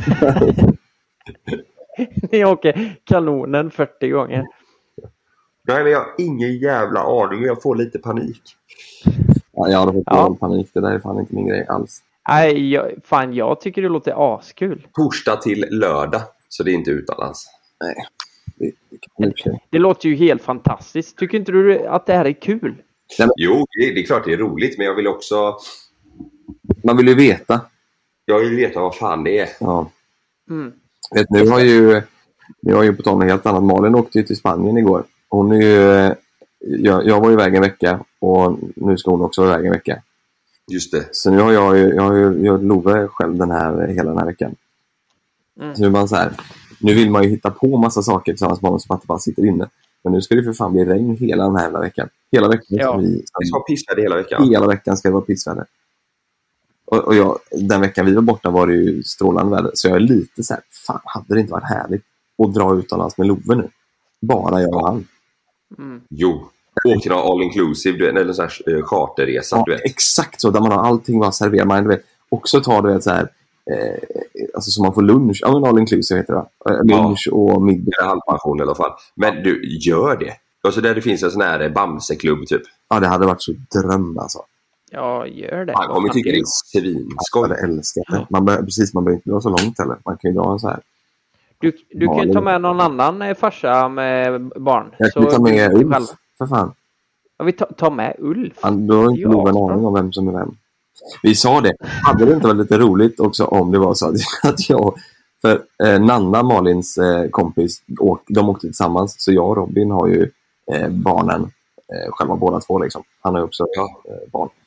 Ni åker kanonen fyrtio gånger. Nej, men jag har ingen jävla aning. Jag får lite panik. Ja, jag hade fått ja. panik. Det där är fan inte min grej alls. Nej, jag, fan jag tycker det låter askul. Torsdag till lördag. Så det är inte utomlands. Nej. Det, det, det, det låter ju helt fantastiskt. Tycker inte du att det här är kul? Jo, det, det är klart det är roligt. Men jag vill också... Man vill ju veta. Jag vill veta vad fan det är. Ja. Mm. Vet, nu har ju... Nu har ju på tal om helt annat. Malin åkte ju till Spanien igår. Hon är ju... Jag, jag var ju iväg en vecka. Och nu ska hon också vara iväg en vecka. Just det. Så nu har jag ju... Jag har ju jag Love själv den här, hela den här veckan. Mm. Så nu är man så här... Nu vill man ju hitta på massa saker tillsammans med honom som att det bara sitter inne. Men nu ska det för fan bli regn hela den här hela veckan. Hela veckan ja. ska vi... Det ska vara pissväder hela veckan. Hela veckan ska det vara pissväder. Och, och jag, den veckan vi var borta var det ju strålande väder. Så jag är lite så här, fan hade det inte varit härligt att dra utomlands med Love nu? Bara jag och han. Mm. Jo, åker någon all inclusive, du vet, eller så här charterresa, ja, du vet. Exakt så, där man har allting bara serverat. Man vet, också tar du vet så här, eh, alltså så man får lunch, ja men all inclusive heter det va? Lunch ja. Och middag. Halvpension i alla fall. Men du, gör det. Alltså där det finns en sån här Bamseklubb typ. Ja, det hade varit så dröm alltså. Ja, gör det. Man kommer tycka det är svinskoj. Jag älskar det. Man bör, precis, man behöver inte dra så långt heller. Man kan ju dra en så här. Du, du kan ju ta med någon annan farsa med barn. Jag kan så ta med Ulf, själv. För fan. Ja, vi tar ta med Ulf. Han, då har inte nog en aning om vem som är vem. Vi sa det. Hade det inte varit lite roligt också om det var så att, att jag... För eh, Nanna, Malins eh, kompis, åk, de åkte tillsammans. Så jag och Robin har ju eh, barnen eh, själva båda två liksom. Han har ju också ja. eh, barn.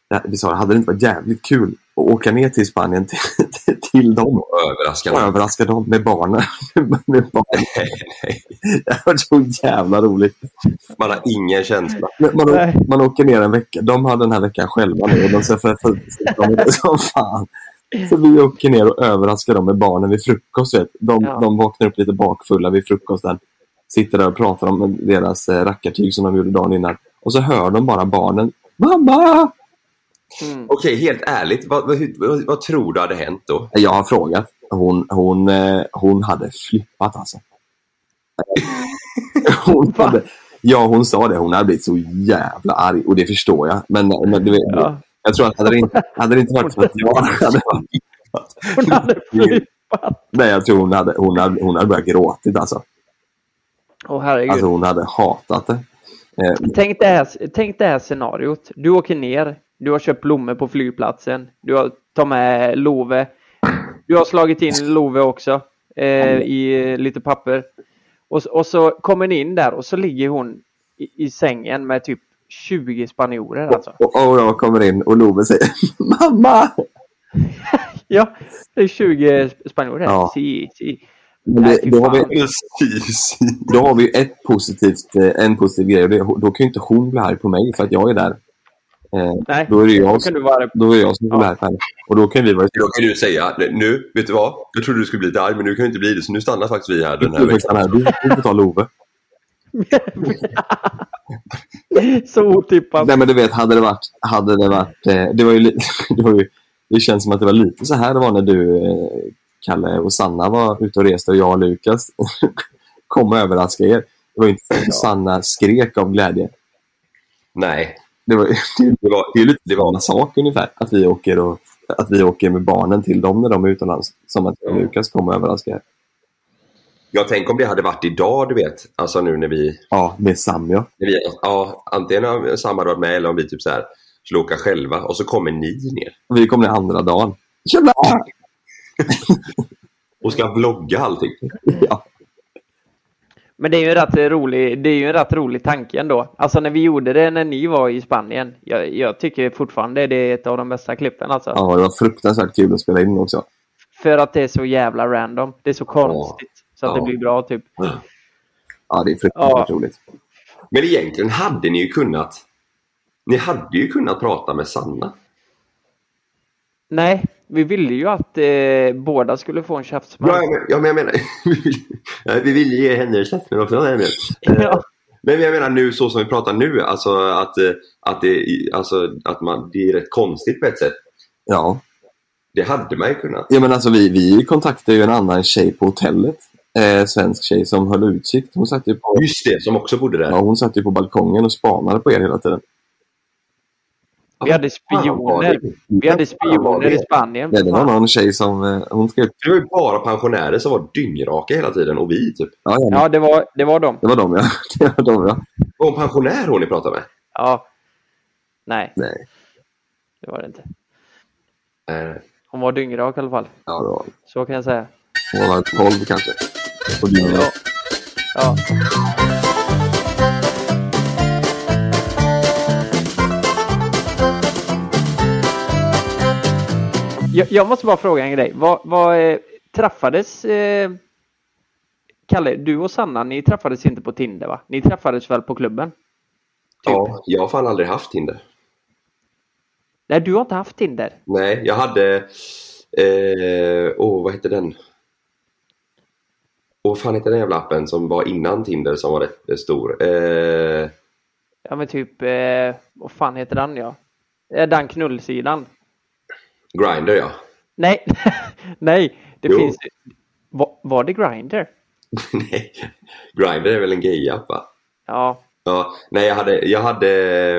Ja, vi sa, hade det inte varit jävligt kul att åka ner till Spanien till, till, till dem och överraska dem, överraska dem med barnen. med barnen. Nej, nej. Det var så jävla roligt. Man har ingen känsla. Man, man, man åker ner en vecka. De har den här veckan själva nu och de ser för, för, för, för som fan. Så vi åker ner och överraskar dem med barnen vid frukost. Vet. De, ja. de vaknar upp lite bakfulla vid frukosten. Sitter där och pratar om deras eh, rackartyg som de gjorde dagen innan. Och så hör de bara barnen. Mamma! Mm. Okej, okay, helt ärligt. Vad, vad, vad, vad tror du hade hänt då? Jag har frågat. Hon, hon, eh, hon hade flippat alltså. hon hade, ja, hon sa det. Hon hade blivit så jävla arg. Och det förstår jag. Men, men du vet, ja. jag tror att hade det inte, hade det inte varit så att jag hade flippat. Hon hade flippat. Nej, jag tror hon hade, hon hade, hon hade börjat gråtit alltså. Åh, herregud. Alltså hon hade hatat det. Eh, tänk, det här, tänk det här scenariot. Du åker ner. Du har köpt blommor på flygplatsen. Du har tagit med Love. Du har slagit in Love också. Eh, I lite papper. Och, och så kommer ni in där. Och så ligger hon i, i sängen med typ tjugo spanjorer. Alltså. Och, och jag kommer in och Love säger mamma! Ja, det är tjugo spanjorer. Ja. Si, si. Men det, då, har vi, då har vi ett positivt, en positiv grej. Och det, då kan ju inte hon bli arg på mig för att jag är där. Eh, Nej, då är det jag, då kan du vara... då är jag som blir arg. Och då kan vi vara... Då kan du säga, nu, vet du vad? Jag trodde du skulle bli lite arg, men nu kan du inte bli det. Så nu stannar faktiskt vi här den här veckan. Du, du får ta Love. Så otippat. Nej, men du vet, hade det varit... Hade det varit... Eh, det var ju lite... Det, var ju, det känns som att det var lite så här det var när du... Eh, Kalle och Sanna var ute och reste och jag och Lukas kom och överraskade er. Det var inte ja. Sanna skrek av glädje. Nej. Det var, det, det var, det är lite det var en sak ungefär. Att vi, åker och, att vi åker med barnen till dem när de är utomlands. Som att jag och Lukas kom och överraskade er. Jag tänker om det hade varit idag, du vet. Alltså nu när vi... Ja, med Sam, ja. När vi, ja, antingen har Sam varit med eller om vi typ så här skulle åka själva. Och så kommer ni ner. Vi kommer ner andra dagen. Jävlar! Och ska vlogga allting. Ja. Men det är ju en rätt rolig, det är ju en rätt rolig tanke ändå. Alltså när vi gjorde det när ni var i Spanien. Jag, jag tycker fortfarande det är ett av de bästa klippen alltså. Ja, det var fruktansvärt kul att spela in också. För att det är så jävla random. Det är så konstigt. Ja. Så att ja. det blir bra typ. Ja, det är fruktansvärt ja. roligt. Men egentligen hade ni ju kunnat... Ni hade ju kunnat prata med Sanna. Men vi ville ju att eh, båda skulle få en käftsmäll. Ja, men, ja, men jag menar... vi ville ge henne en käftsmäll också. Nej, men. Ja. Men jag menar nu så som vi pratar nu. Alltså att, att, det, alltså, att man, det är rätt konstigt på ett sätt. Ja. Det hade man ju kunnat. Ja, men alltså vi, vi kontaktade ju en annan tjej på hotellet. Eh, svensk tjej som höll utsikt. Hon satt ju på... Just det, som också bodde där. Ja, hon satt ju på balkongen och spanade på er hela tiden. Vi hade spioner. Vi hade spioner i Spanien. Ja, det var någon tjej som... Hon skrev... Det var ju bara pensionärer som var dyngraka hela tiden. Och vi typ. Ja, ja, ja det, var, det var de. Det var de, ja. Det var de, ja. Var hon pensionär hon ni pratade med? Ja. Nej. Nej. Det var det inte. Nej. Hon var dyngrak i alla fall. Ja, det var det. Så kan jag säga. Hon var tolv kanske. Och dyngrak. Ja. Ja. Jag, jag måste bara fråga en grej. Vad, vad eh, träffades eh, Kalle, du och Sanna, ni träffades inte på Tinder va? Ni träffades väl på klubben? Typ. Ja, jag har fan aldrig haft Tinder. Nej, du har inte haft Tinder? Nej, jag hade eh, åh, vad heter den? Åh, vad fan heter den jävla appen som var innan Tinder som var rätt stor? Eh... Ja, men typ eh, vad fan heter den, ja? Den knullsidan. Grindr, ja. Nej, nej, det jo. finns... Var, var det Grindr? Nej, Grindr är väl en gay-app, va? Ja. Ja, nej, jag hade... Jag hade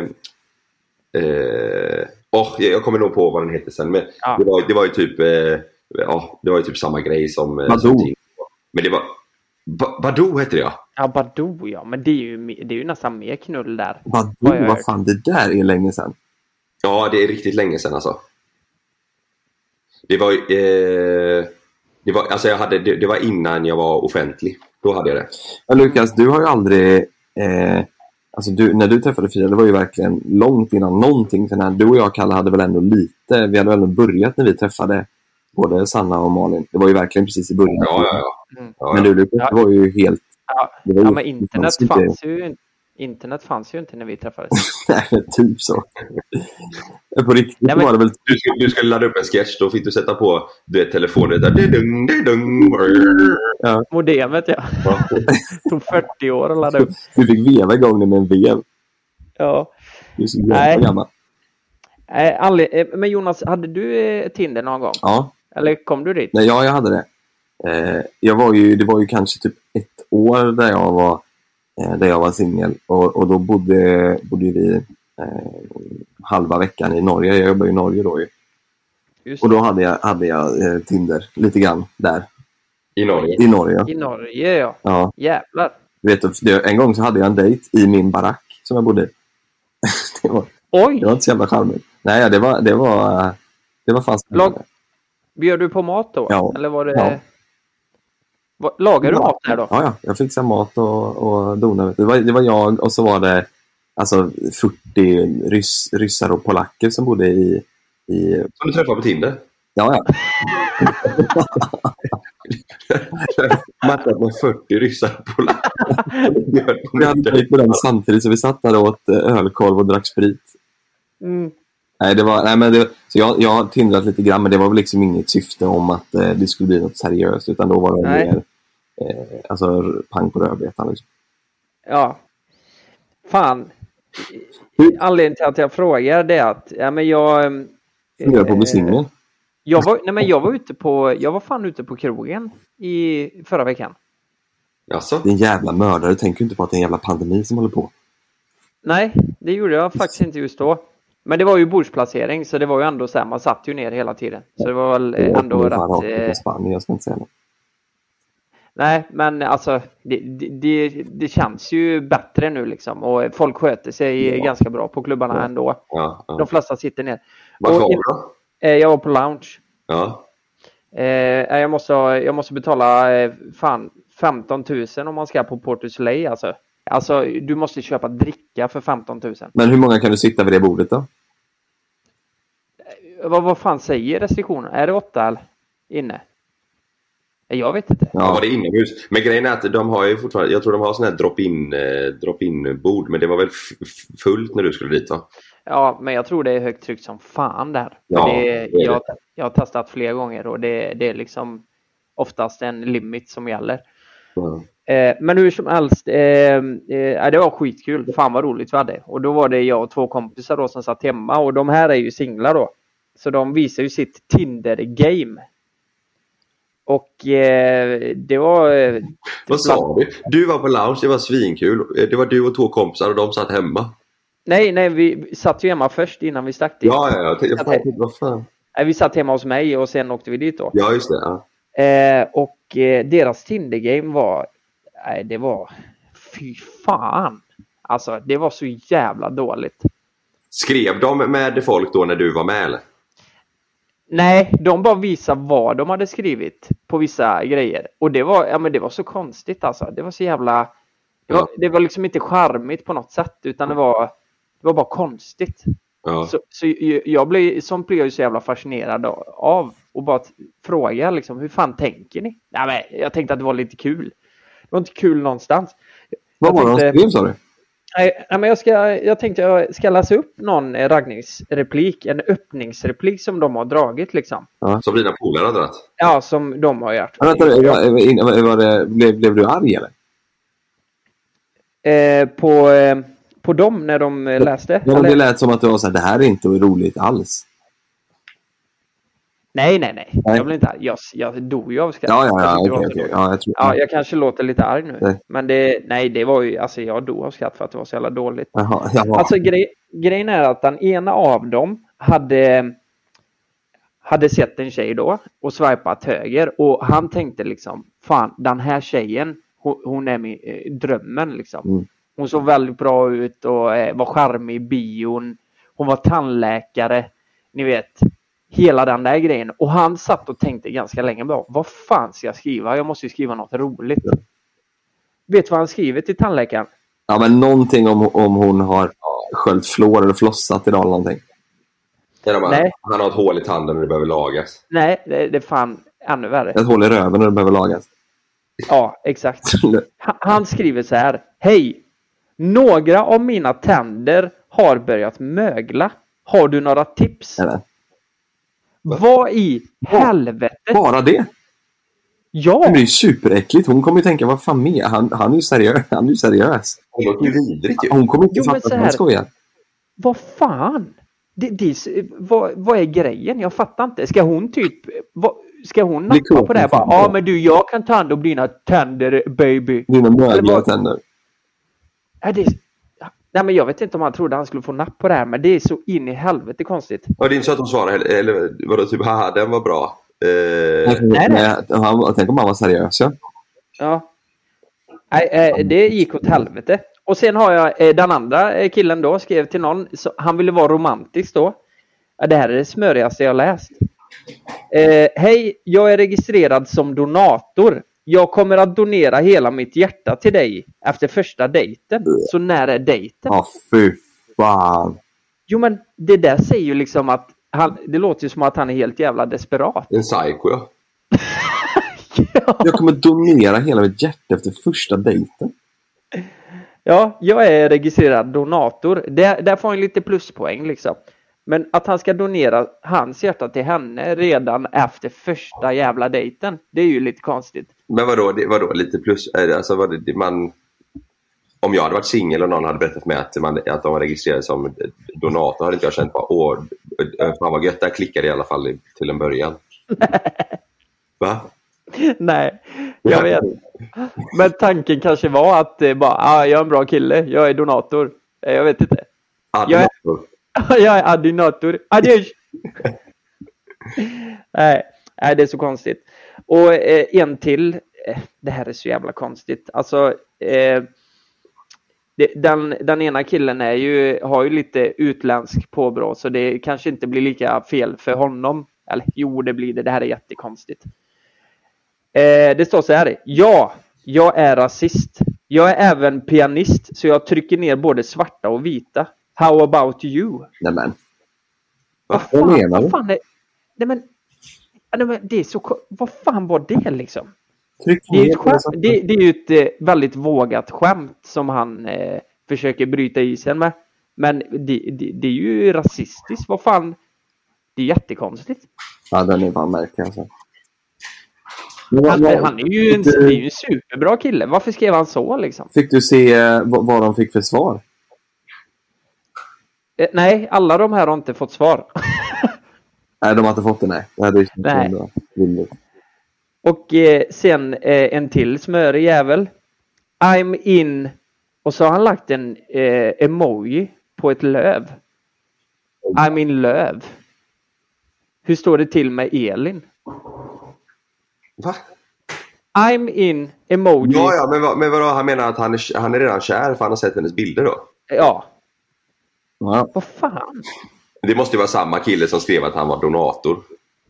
eh, oh, jag kommer nog på vad den heter sen. Men ja. det, var, det var ju typ... Eh, ja, det var ju typ samma grej som... Badoo. Som men det var... Ba- Badoo heter det, ja. Ja, Badoo, ja. Men det är ju, det är ju nästan mer knull där. Badoo, vad, vad fan, det där är länge sedan. Ja, det är riktigt länge sedan alltså. Det var eh, det var alltså jag hade det, det var innan jag var offentlig. Då hade jag det. Ja, Lukas, du har ju aldrig eh, Alltså du, när du träffade Frida, det var ju verkligen långt innan någonting. För när du och jag, Kalle, hade väl ändå lite, vi hade väl ändå börjat när vi träffade både Sanna och Malin. Det var ju verkligen precis i början. Ja, ja, ja. Mm. Men du, Lukas, det var ju helt... Ja, det var ja ju, men internet det fanns, fanns ju inte. Internet fanns ju inte när vi träffades. Nej, typ så. På riktigt Nej, men... var det väl... Du skulle, du skulle ladda upp en sketch, då fick du sätta på det telefonen där. Ding, ding, ding. Ja. Modemet, ja. Det tog fyrtio år att ladda upp. Du fick veva igång det med en vev. Ja. Du är så jävla gammal. Nej, aldrig. Men Jonas, hade du Tinder någon gång? Ja. Eller kom du dit? Nej, ja, jag hade det. Eh, jag var ju, det var ju kanske typ ett år där jag var där jag var singel och, och då bodde, bodde vi eh, halva veckan i Norge. Jag jobbade i Norge då ju. Just och då hade jag, hade jag eh, Tinder lite grann där. I Norge? I Norge, I Norge, ja. Ja. Jävlar. Du vet, en gång så hade jag en dejt i min barack som jag bodde i. det, var, Oj! Det var inte så jävla charmigt. Nej, det var, det var, det var fast. Lag... Bjöd du på mat då? Ja. Eller var det... Ja. Lagar du ja. mat där då? Ja, ja. Jag fixade mat och, och donade. Det var, det var jag och så var det alltså fyrtio rys, ryssar och polacker som bodde i... i... Som du träffade på Tinder? Ja, ja. Mattat med fyrtio ryssar och polacker. Vi hade tagit med dem samtidigt så vi satt där och åt ölkorv och drack sprit. Mm. Nej, det var, nej men det, så jag, jag har tindrat lite grann, men det var väl liksom inget syfte om att eh, det skulle bli något seriöst, utan då var det nej. mer eh, alltså pang på rödbetan liksom. Ja. Fan. Anledningen till att jag frågar det är att ja, men jag funderar på att bli singel. Jag var nej men jag var ute på jag var fan ute på krogen i förra veckan. Jaså? Det är en jävla mördare, du tänker inte på att det är en jävla pandemi som håller på. Nej, det gjorde jag faktiskt inte just då. Men det var ju bordsplacering, så det var ju ändå så här, man satt ju ner hela tiden. Så det var väl ändå rätt... Eh... Spanien, jag ska inte säga något. Nej, men alltså det, det, det känns ju bättre nu liksom. Och folk sköter sig ja. ganska bra på klubbarna ja. ändå. Ja, ja. De flesta sitter ner. Vad var du då? Eh, jag var på lounge. Ja. Eh, jag, måste, jag måste betala eh, fan femton tusen om man ska på Port Soleil alltså. Alltså, du måste köpa dricka för femton tusen. Men hur många kan du sitta vid det bordet då? Vad, vad fan säger restriktionen? Är det åtta eller? Inne? Jag vet inte. Ja, var det inomhus. Men grejen är att de har ju fortfarande, jag tror de har sån här drop-in, eh, drop-in bord, men det var väl f- fullt när du skulle dit va? Ja, men jag tror det är högt tryck som fan där. Ja, det, det är jag, det. jag har testat flera gånger och det, det är liksom oftast en limit som gäller. Mm. Eh, men hur som helst, eh, eh, det var skitkul. Fan vad roligt vi hade. Och då var det jag och två kompisar då som satt hemma. Och de här är ju singlar då. Så de visar ju sitt Tinder-game. Och eh, det var... Eh, vad sa du? Du var på lounge, det var svinkul. Det var du och två kompisar och de satt hemma. Nej, nej, vi satt ju hemma först innan vi stack dit. Ja, ja, ja. Jag tänkte, vad fan? Nej, vi satt hemma hos mig och sen åkte vi dit då. Ja, just det. Ja. Eh, och eh, deras Tinder-game var... Nej, det var... Fy fan! Alltså, det var så jävla dåligt. Skrev de med folk då när du var med, eller? Nej, de bara visade vad de hade skrivit på vissa grejer. Och det var, ja, men det var så konstigt alltså. Det var så jävla... Det var, det var liksom inte charmigt på något sätt, utan det var, det var bara konstigt. Ja. Så, så jag blev, sånt blev jag ju så jävla fascinerad av. Och bara fråga liksom, hur fan tänker ni? Nej, men jag tänkte att det var lite kul. Det var inte kul någonstans. Vad var det de skrev, sa du? Nej, men jag, ska, jag tänkte jag ska läsa upp någon raggningsreplik, en öppningsreplik som de har dragit liksom. Ja. Som dina polare har dragit? Ja, som de har gjort. Ja, vänta, var, var det, blev, blev du arg eller? Eh, på, eh, på dem när de eh, läste? Ja, det lät som att du var så här, det här är inte roligt alls. Nej, nej, nej. nej. Jag vill inte, jag, jag dog ju av skratt. Ja, ja, ja, jag, okay, okay. ja, jag, tror, ja jag kanske låter lite arg nu. Nej. Men det, nej, det var ju, alltså jag dog av skratt för att det var så jävla dåligt. Jaha, jaha. Alltså grej, grejen är att den ena av dem hade, hade sett en tjej då och swipat höger. Och han tänkte liksom, fan, den här tjejen, hon, hon är min, eh, drömmen liksom. Mm. Hon såg väldigt bra ut och eh, var charmig i bion. Hon var tandläkare, ni vet. Hela den där grejen. Och han satt och tänkte ganska länge bara, vad fan ska jag skriva? Jag måste ju skriva något roligt. Ja. Vet du vad han skriver till tandläkaren? Ja, men någonting om, om hon har sköljt flår eller flossat idag eller någonting. Nej. Han har ett hål i tanden och det behöver lagas. Nej, det, det är fan ännu värre. Ett hål i röven och det behöver lagas. Ja, exakt. Han skriver så här. Hej! Några av mina tänder har börjat mögla. Har du några tips? Eller? Vad i helvete? Bara det? Ja. Det blir ju superäckligt. Hon kommer ju tänka, vad fan med? Han, han är ju seriös. Han är ju seriös. Det låter ju vidrigt ju. Hon kommer inte Jo, men fatta så att här- han skojar. Vad fan? Det, det, vad, vad är grejen? Jag fattar inte. Ska hon typ... Vad, ska hon Bli nappa på det här? kåt, Bara, ja, men du, jag kan ta hand om dina tänder, baby. Dina Eller mögliga vad- tänder. Är det... Nej, men jag vet inte om han trodde han skulle få napp på det här, men det är så in i helvete konstigt. Och det är inte så att hon svarar, eller, eller vadå, typ, haha, den var bra. Eh, Nej, nej. Han, tänk om han var seriös, ja. Ja. Nej, eh, det gick åt helvete. Och sen har jag eh, den andra eh, killen då, skrev till någon, så han ville vara romantisk då. Ja, det här är det smörigaste jag läst. Eh, Hej, jag är registrerad som donator. Jag kommer att donera hela mitt hjärta till dig efter första dejten. Så när är dejten? Ja, fy fan. Jo, men det där säger ju liksom att han, det låter ju som att han är helt jävla desperat. En psycho, ja. Jag kommer donera hela mitt hjärta efter första dejten. Ja, jag är registrerad donator. Där, där får han lite pluspoäng liksom. Men att han ska donera hans hjärta till henne redan efter första jävla dejten, det är ju lite konstigt. Men vadå, det, vadå lite plus? Alltså, vad det, man, om jag hade varit singel och någon hade berättat för mig att, man, att de var registrerade som donator, hade inte jag känt bara, åh, fan vad gött, där klickade i alla fall till en början. Va? Nej, jag vet. Men tanken kanske var att det bara, ah, jag är en bra kille, jag är donator. Jag vet inte. Jag är, jag är donator. Adios! Nej, nej, det är så konstigt. Och eh, en till, eh, det här är så jävla konstigt. Alltså, eh, det, den, den ena killen är ju, har ju lite utländsk påbrå, så det kanske inte blir lika fel för honom. Eller jo, det blir det. Det här är jättekonstigt. Eh, det står så här. Ja, jag är rasist. Jag är även pianist, så jag trycker ner både svarta och vita. How about you? Nej, men. Vad fan, menar du? Vad fan är... Nej, men... Nej, men det är så... Vad fan var det liksom? Tryck det, är ett skämt. Det, det är ju ett eh, väldigt vågat skämt som han eh, försöker bryta isen med. Men det, det, det är ju rasistiskt. Vad fan? Det är jättekonstigt. Ja, den är fan märklig alltså. Han, han är ju en, det är ju en superbra kille. Varför skrev han så liksom? Fick du se eh, vad, vad de fick för svar? Eh, nej, alla de här har inte fått svar. Nej, de har inte fått det, nej. Det hade ju Nej. bra. Rimligt. Och eh, sen eh, en till smörig jävel. I'm in. Och så har han lagt en eh, emoji på ett löv. I'm in löv. Hur står det till med Elin? Va? I'm in emoji. Ja, ja, men, vad, men vadå? Han menar att han är, han är redan kär för han har sett hennes bilder då? Ja. Ja. Vad fan? Det måste ju vara samma kille som skrev att han var donator.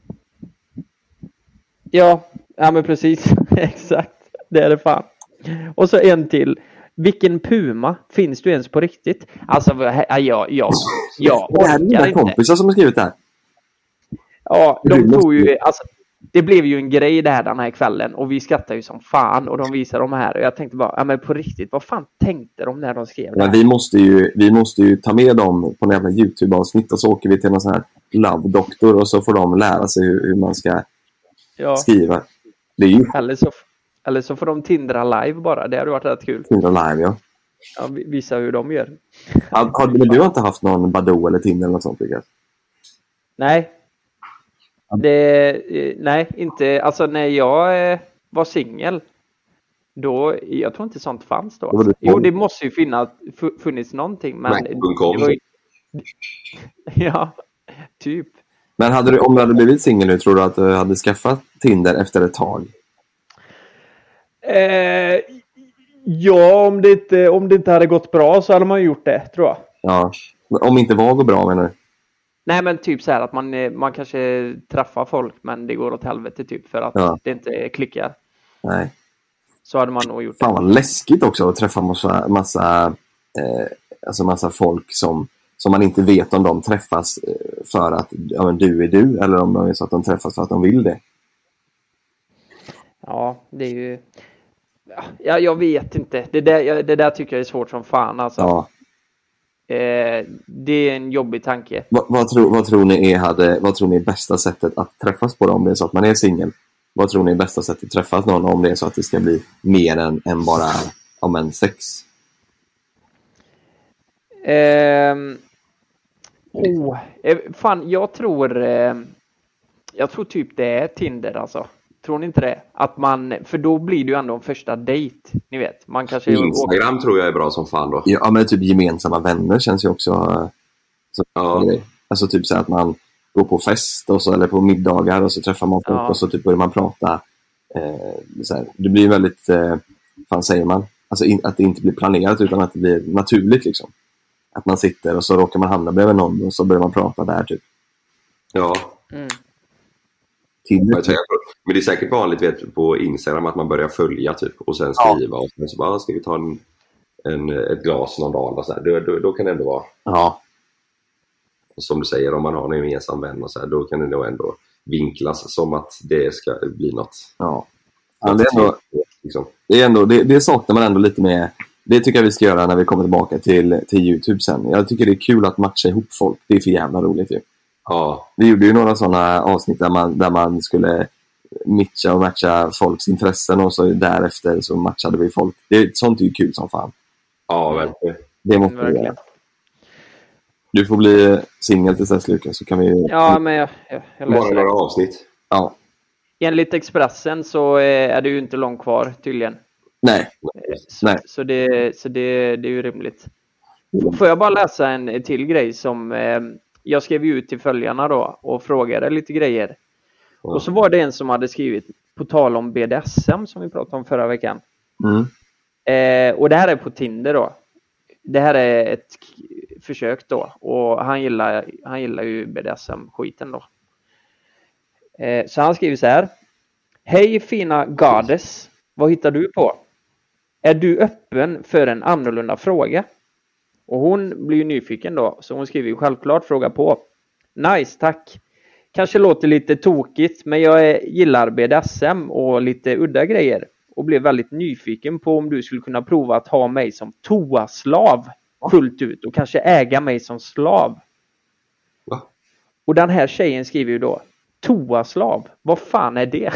Ja, ja men precis. Exakt. Det är det fan. Och så en till. Vilken puma finns du ens på riktigt? Alltså, ja, ja, ja. ja Det här är mina kompisar som har skrivit det här. Ja, de tog ju, alltså, det blev ju en grej det här den här kvällen och vi skrattade ju som fan och de visade de här och jag tänkte bara, ja men på riktigt, vad fan tänkte de när de skrev det här? Men vi måste ju, vi måste ju ta med dem på en jävla YouTube-avsnitt och så åker vi till någon sån här love-doktor och så får de lära sig hur, hur man ska ja. skriva. Det är ju... Eller så, eller så får de Tindra live bara, det hade varit rätt kul. Tindra live, ja. Ja, visa hur de gör. Har, har, men du har inte haft någon Badoo eller Tinder eller något sånt, Lukas? Nej. Det, nej, inte. Alltså när jag eh, var singel, då, jag tror inte sånt fanns då. Alltså. Jo, det måste ju finnas, funnits någonting. Men Nej, det var ju... Ja, typ. Men hade du, om du hade blivit singel nu, tror du att du hade skaffat Tinder efter ett tag? Eh, ja, om det, inte, om det inte hade gått bra så hade man gjort det, tror jag. Ja, om inte vad går bra, menar du? Nej, men typ så här att man, man kanske träffar folk men det går åt helvete typ för att ja. det inte klickar. Nej. så hade man nog gjort Fan vad läskigt också att träffa massa, massa, eh, alltså massa folk som, som man inte vet om de träffas för att ja, men du är du, eller om de är så att de träffas för att de vill det. Ja, det är ju... Ja, jag vet inte. Det där, det där tycker jag är svårt som fan alltså. Ja. Eh, det är en jobbig tanke. Vad, vad, tror, vad tror ni är hade, vad tror ni är bästa sättet att träffas på då, om det är så att man är singel? Vad tror ni är bästa sättet att träffas någon om det är så att det ska bli mer än, än bara om en sex? Eh, oh, fan, jag tror eh, jag tror typ det är Tinder alltså. Tror ni inte det? Att man, för då blir det ju ändå en första dejt. Ni vet, man kanske... Instagram åker... tror jag är bra som fan då. Ja, men typ gemensamma vänner känns ju också... Så, ja. Alltså typ så att man går på fest och så, eller på middagar och så träffar man folk ja. Och så typ börjar man prata. Eh, så här. Det blir väldigt... Eh, fan säger man? Alltså in, att det inte blir planerat utan att det blir naturligt liksom. Att man sitter och så råkar man hamna bredvid någon och så börjar man prata där typ. Ja. Mm. Men det är säkert vanligt vet, på Instagram att man börjar följa typ och sen skriva ja. Och sen så bara, ska vi ta en, en, ett glas någon dag och så här. Då, då, då kan det ändå vara ja. Och som du säger, om man har en gemensam vän och så här, då kan det nog ändå vinklas som att det ska bli något. Ja, ja det, är ändå, liksom. det, är ändå, det, det saknar man ändå lite med. Det tycker jag vi ska göra när vi kommer tillbaka till, till YouTube sen. Jag tycker det är kul att matcha ihop folk. Det är för jävla roligt ju. Ja. Vi gjorde ju några sådana avsnitt där man, där man skulle matcha och matcha folks intressen och så därefter så matchade vi folk. Det, sånt är ju kul som fan. Ja, verkligen. Det måste vi göra. Du får bli singel till dess, Lukas, så kan vi... Ja, men jag, jag, jag Bara några avsnitt. Ja. Enligt Expressen så är det ju inte långt kvar tydligen. Nej. Så, Nej. så, det, så det, det är ju rimligt. Får jag bara läsa en till grej som... Eh, jag skrev ut till följarna då och frågade lite grejer. Mm. Och så var det en som hade skrivit på tal om B D S M som vi pratade om förra veckan. Mm. Eh, och det här är på Tinder då. Det här är ett försök då. Och han gillar, han gillar ju B D S M-skiten då. Eh, så han skriver så här. Hej fina goddess. Vad hittar du på? Är du öppen för en annorlunda fråga? Och hon blir ju nyfiken då. Så hon skriver ju självklart fråga på. Nice, tack. Kanske låter lite tokigt. Men jag är, gillar B D S M och lite udda grejer. Och blev väldigt nyfiken på om du skulle kunna prova att ha mig som toaslav fullt ut. Och kanske äga mig som slav. Va? Och den här tjejen skriver ju då. Toaslav? Vad fan är det?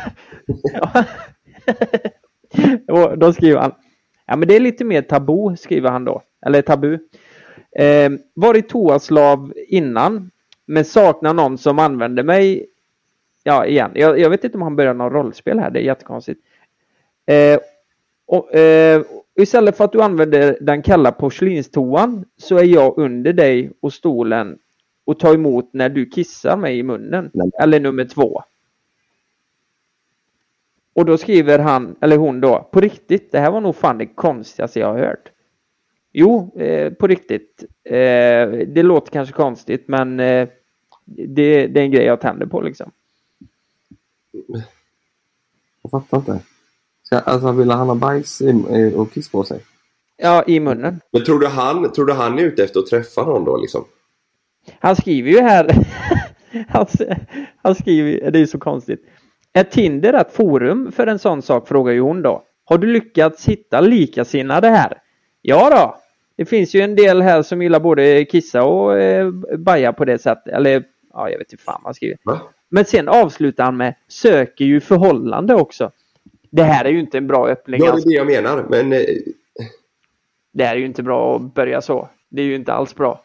Och då skriver han. Ja, men det är lite mer tabu, skriver han då. Eller tabu. Eh, varit toaslav innan. Men saknar någon som använder mig. Ja, igen. Jag, jag vet inte om han börjar någon rollspel här. Det är jättekonstigt. Eh, och, eh, istället för att du använder den kalla porslinstoan. Så är jag under dig och stolen. Och tar emot när du kissar mig i munnen. Nej. Eller nummer två. Och då skriver han, eller hon då, på riktigt, det här var nog fan det konstigaste jag har hört. Jo, eh, på riktigt. Eh, det låter kanske konstigt, men eh, det, det är en grej jag tänder på liksom. Jag fattar inte. Ska, alltså, vill han ha bajs i, och kiss på sig? Ja, i munnen. Men tror du han, tror du han är ute efter att träffa någon då liksom? Han skriver ju här, han, han skriver, det är så konstigt. Är Tinder ett forum för en sån sak, frågar ju hon då. Har du lyckats hitta likasinnade här? Ja då. Det finns ju en del här som gillar både kissa och eh, baja på det sättet. Eller, ja jag vet inte fan vad han skriver. Va? Men sen avslutar han med, söker ju förhållande också. Det här är ju inte en bra öppning. Ja, det är det jag menar. Men... Eh... Det här är ju inte bra att börja så. Det är ju inte alls bra.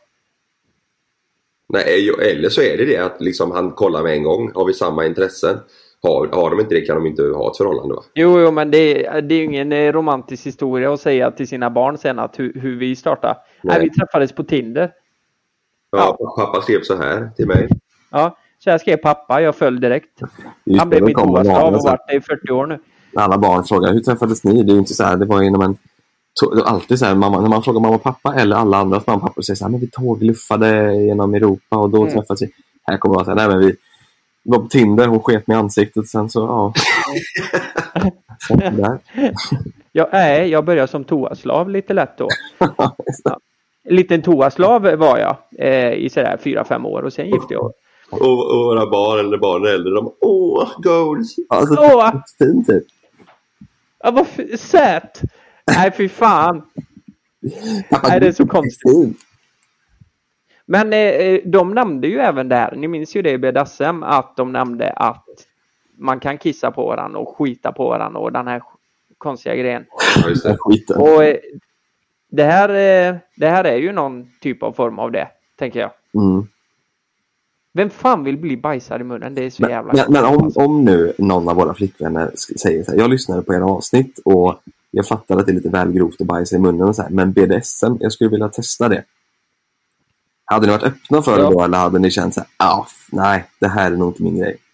Nej, eller så är det det att liksom han kollar med en gång. Har vi samma intressen? Har, har de inte det kan de inte ha ett förhållande va? Jo, jo men det är, det är ju ingen romantisk historia att säga till sina barn sen att hur, hur vi startar. Nej. Nej, vi träffades på Tinder. Ja, ja, pappa skrev så här till mig. Ja, så jag skrev pappa, jag följde direkt. Just han blev mitt toaslav och varit det i fyrtio år nu. Alla barn frågar, hur träffades ni? Det är ju inte så här, det var inom en... To- alltid så här, mamma, när man frågar mamma och pappa eller alla andras mamma och pappa säger så här, men vi tågluffade genom Europa och då mm. träffades vi. Här kommer man säga, nej men vi var på Tinder, hon sket med ansiktet sen så ja. Sen där. Ja, nej, jag började som toaslav lite lätt då. Ja. En liten toaslav var jag eh, i sådär fyra, fem år och sen gifte jag. Och, och våra barn eller barn äldre, de åh, goals. Alltså, åh! Fint typ. Ja, vad f- sött. Nej, fy fan. Nej, det är så konstigt. Men eh, de nämnde ju även där, ni minns ju det i B D S M, att de nämnde att man kan kissa på varandra och skita på varandra och den här konstiga grejen. Ja, just det. Skiten. Och eh, det, här, eh, det här är ju någon typ av form av det, tänker jag. Mm. Vem fan vill bli bajsad i munnen? Det är så men, jävla... Men, men om, om nu någon av våra flickvänner säger så här, jag lyssnade på era avsnitt och jag fattar att det är lite väl grovt att bajsa i munnen och så här, men B D S M, jag skulle vilja testa det. Hade ni varit öppna för ja. det då, eller hade ni känt så här, ah, nej, det här är nog inte min grej?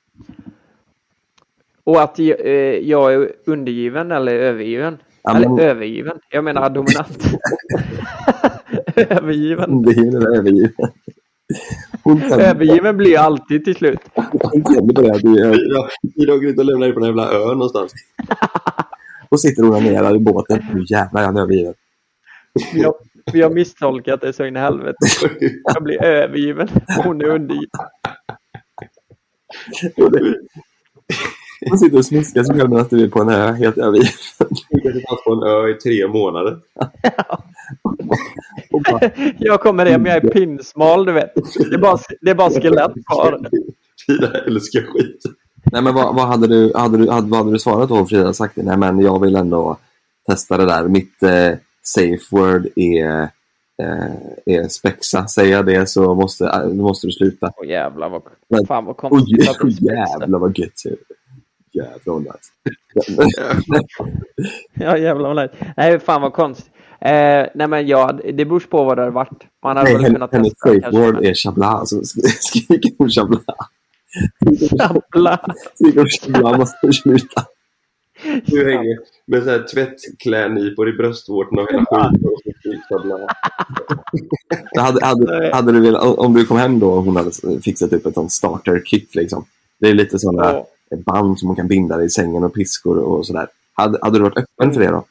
Och att jag, eh, jag är undergiven eller övergiven? Ja, eller men... övergiven? Jag menar dominant. Övergiven. Undergiven eller övergiven? Övergiven blir ju alltid till slut. Fyra går ut och lämnar dig på den jävla ön någonstans. Och sitter hon ner i båten. Nu jävlar, jag är övergiven. Vi har, vi har misstolkat det så in i helvete. Jag blir övergiven. Hon är undergiven. Hon sitter och smiskar sig själv att du är på en ö helt övergiven. Du kanske fanns på en ö i tre månader. Jag kommer hem, jag är pinsmal, du vet. Det är bara, det är bara skelett kvar. Frida älskar skit. Nej, men vad, vad, hade du, hade du, hade, vad hade du svarat då, Frida? Sagt, nej, men jag vill ändå testa det där. Mitt eh, safe word är, eh, är spexa. Säger jag det så måste, äh, måste du sluta. Åh jävlar, vad, men, fan vad konstigt. Åh jävlar vad gött. Jävlar vad nice. Ja, jävlar vad nice. Nej, fan vad konstigt. Eh, nej men ja, det beror på vad det har varit. Man hade nej, väl kunnat hennes testa. Hennes safe word är chabla. Så skriker hon chabla. Chabla. Skriker hon chabla, måste sluta. Du hänger med så här tvättklädnypor i bröstvårtorna och hela skiten och så skriker chabla. hade, hade, hade du velat, om du kom hem då och hon hade fixat upp ett sånt starter kit liksom. Det är lite sådana oh. band som man kan binda i sängen och piskor och sådär. Hade, hade du varit öppen för det då?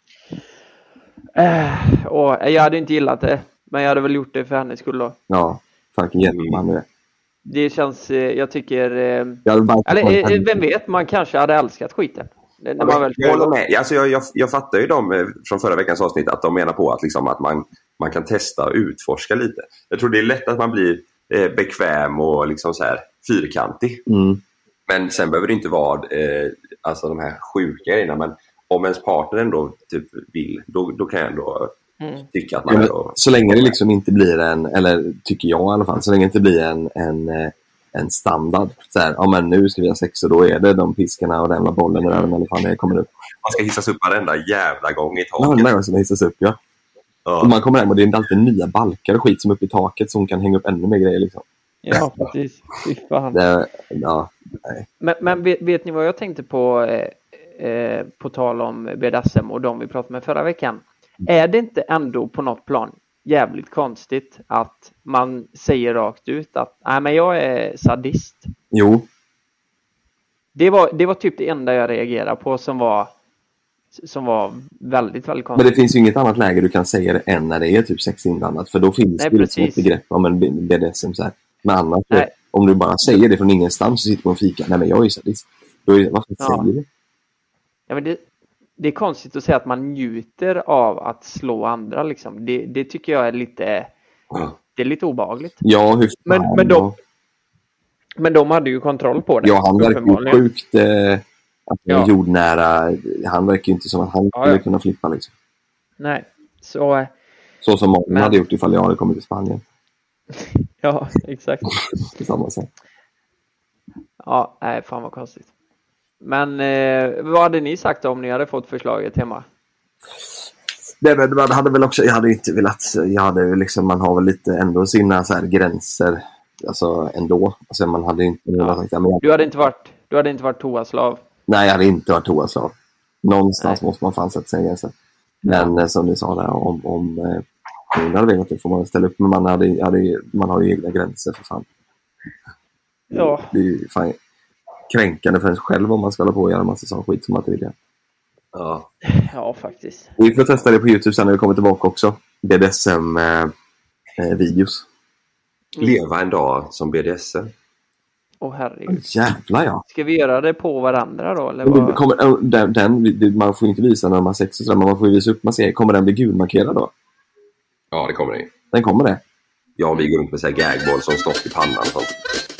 Uh, och jag hade inte gillat det. Men jag hade väl gjort det för hennes skull då. Ja, fucking jätteman det. Det känns, jag tycker... Jag bara eller vem vet, man kanske hade älskat skiten. När ja, man väl jag håller med. Alltså, jag, jag, jag fattar ju dem från förra veckans avsnitt att de menar på att, liksom, att man, man kan testa och utforska lite. Jag tror det är lätt att man blir eh, bekväm och liksom så här fyrkantig. Mm. Men sen behöver det inte vara eh, alltså de här sjuka grejerna. Men om ens partner ändå typ vill, då, då kan jag ändå mm. tycka att man... Ja, ändå... Så länge det liksom inte blir en, eller tycker jag i alla fall, så länge det inte blir en, en, en standard. Så här, ja men nu ska vi ha sex och då är det de piskarna och den jävla bollen och den, eller fan det kommer upp. Man ska hissas upp varenda jävla gång i taket. Ja, varenda gång ska hissas upp, ja. ja. Och man kommer hem och det är inte alltid nya balkar och skit som är uppe i taket som kan hänga upp ännu mer grejer liksom. Ja, precis. Fy fan. Det, ja, nej. Men, men vet, vet ni vad jag tänkte på eh, på tal om B D S M och de vi pratade med förra veckan? Är det inte ändå på något plan jävligt konstigt att man säger rakt ut att nej men jag är sadist? Jo. Det var, det var typ det enda jag reagerade på som var som var väldigt, väldigt konstigt. Men det finns ju inget annat läge du kan säga det än när det är typ sex inblandat. För då finns nej, det liksom ett begrepp om en B D S M så här. Men annars, nej. Om du bara säger det från ingenstans och sitter på en fika. Nej men jag är sadist. Då är, varför ja. säger du? Ja men det, det är konstigt att säga att man njuter av att slå andra liksom. Det, det tycker jag är lite ja. det är lite obehagligt. Ja, hur men, men, de, men de hade ju kontroll på det. Ja, han verkar ju sjukt eh, att ja. jordnära. Han verkar ju inte som att han ja, skulle ja. kunna flippa liksom. Nej, så... Så som många men... hade gjort ifall jag hade kommit till Spanien. Ja, exakt. På samma sätt. Ja, nej, fan vad konstigt. Men eh, vad hade ni sagt om ni hade fått förslaget hemma? Det, det hade väl också, jag hade inte velat, jag hade liksom, man har väl lite ändå sina så här gränser, alltså ändå. Alltså man hade inte ja. sagt, ja, men jag... Du hade inte varit, du hade inte varit toaslav? Nej, jag hade inte varit toaslav. Någonstans nej. måste man fan sätta sig gränser. Men ja. som ni sa där, om, om eh, hon hade velat det får man ställa upp, men man, hade, hade, man har ju egna gränser för fan. Ja. Det är ju fan kränkande för en själv om man ska hålla på och göra en massa sån skit som man inte vill göra. Ja. Ja, faktiskt. Vi får testa det på YouTube sen när vi kommer tillbaka också. B D S M-videos. Eh, eh, Leva en dag som B D S M. Åh, herregud. Jävlar, ja. Ska vi göra det på varandra då? Eller vad? vad? Kommer, den, den, man får inte visa när man har sex och sådär, men man får visa upp, man ser, kommer den bli gulmarkerad då? Ja, det kommer det. Den kommer det? Ja, vi går runt med så här gagball som stopp i pannan och sånt.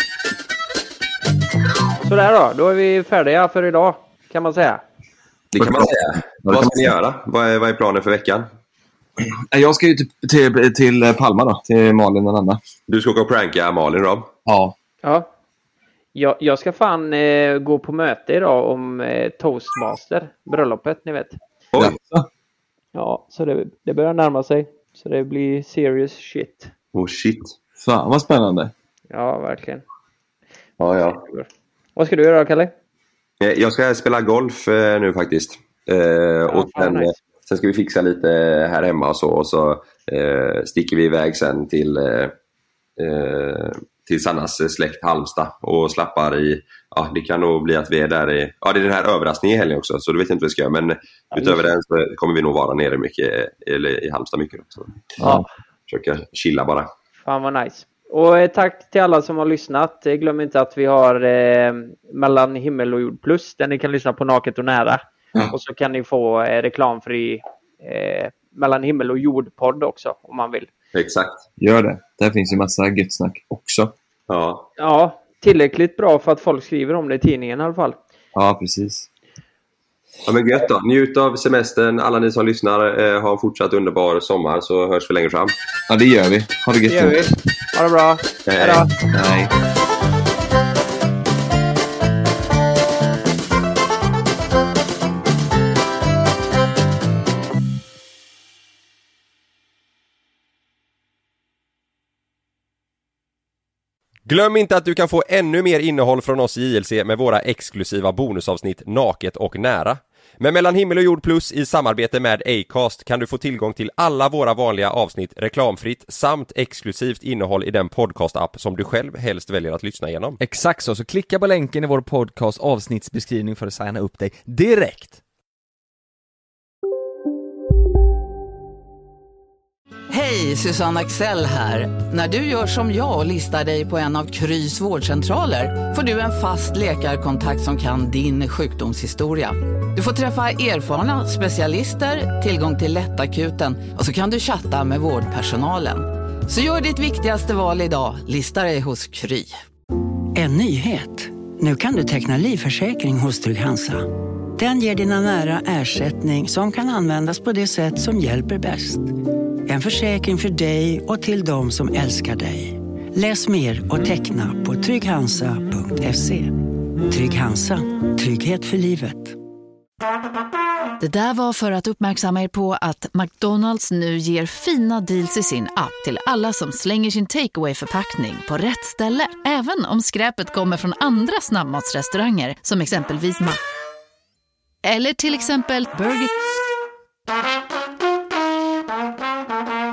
Sådär då, då är vi färdiga för idag, kan man säga. Det kan man säga. Vad ska ni göra? Vad är, vad är planen för veckan? Jag ska ju till, till, till Palma då, till Malin och Anna. Du ska åka och pranka Malin, Rob? Ja. Ja. Jag, jag ska fan eh, gå på möte idag om eh, Toastmaster, bröllopet, ni vet. Oj. Ja, så det, det börjar närma sig. Så det blir serious shit. Oh shit. Fan, vad spännande. Ja, verkligen. Ja, ja. Vad ska du göra, Kalle? Jag ska spela golf eh, nu faktiskt. Eh, ja, och sen, nice. sen ska vi fixa lite här hemma och så. Och så eh, sticker vi iväg sen till, eh, eh, till Sannas släkt Halmstad. Och slappar i, ja det kan nog bli att vi är där i, ja det är den här överraskningen i helgen också. Så du vet inte vad vi ska göra. Men ja, utöver den så kommer vi nog vara nere mycket, eller i Halmstad mycket också. Ja. Försöka chilla bara. Fan vad nice. Och eh, tack till alla som har lyssnat. Eh, glöm inte att vi har eh, Mellan himmel och jord plus, där ni kan lyssna på Naket och nära. Mm. Och så kan ni få eh, reklamfri eh, Mellan himmel och jord-podd också, om man vill. Exakt. Gör det. Där finns ju massa gött snack också. Ja. Ja, tillräckligt bra för att folk skriver om det i tidningen i alla fall. Ja, precis. Ja, men gött då. Njut av semestern. Alla ni som lyssnar, eh, har en fortsatt underbar sommar, så hörs vi längre fram. Ja, det gör vi. Ha det gött. Det gör vi. Ha det bra. Hej. Hej då. Hej. Glöm inte att du kan få ännu mer innehåll från oss i J L C med våra exklusiva bonusavsnitt Naket och nära. Men Mellan himmel och jord plus i samarbete med Acast kan du få tillgång till alla våra vanliga avsnitt reklamfritt samt exklusivt innehåll i den podcast-app som du själv helst väljer att lyssna igenom. Exakt så, så klicka på länken i vår podcast avsnittsbeskrivning för att signa upp dig direkt. Hej, Susanne Axel här. När du gör som jag och listar dig på en av Krys vårdcentraler får du en fast läkarkontakt som kan din sjukdomshistoria. Du får träffa erfarna specialister, tillgång till lättakuten och så kan du chatta med vårdpersonalen. Så gör ditt viktigaste val idag, lista dig hos Kry. En nyhet. Nu kan du teckna livförsäkring hos Trygg Hansa. Den ger dina nära ersättning som kan användas på det sätt som hjälper bäst. En försäkring för dig och till de som älskar dig. Läs mer och teckna på trygg hansa punkt se. Trygg Hansa. Trygghet för livet. Det där var för att uppmärksamma er på att McDonalds nu ger fina deals i sin app till alla som slänger sin takeaway-förpackning på rätt ställe. Även om skräpet kommer från andra snabbmatsrestauranger som exempelvis Ma... Eller till exempel Burger...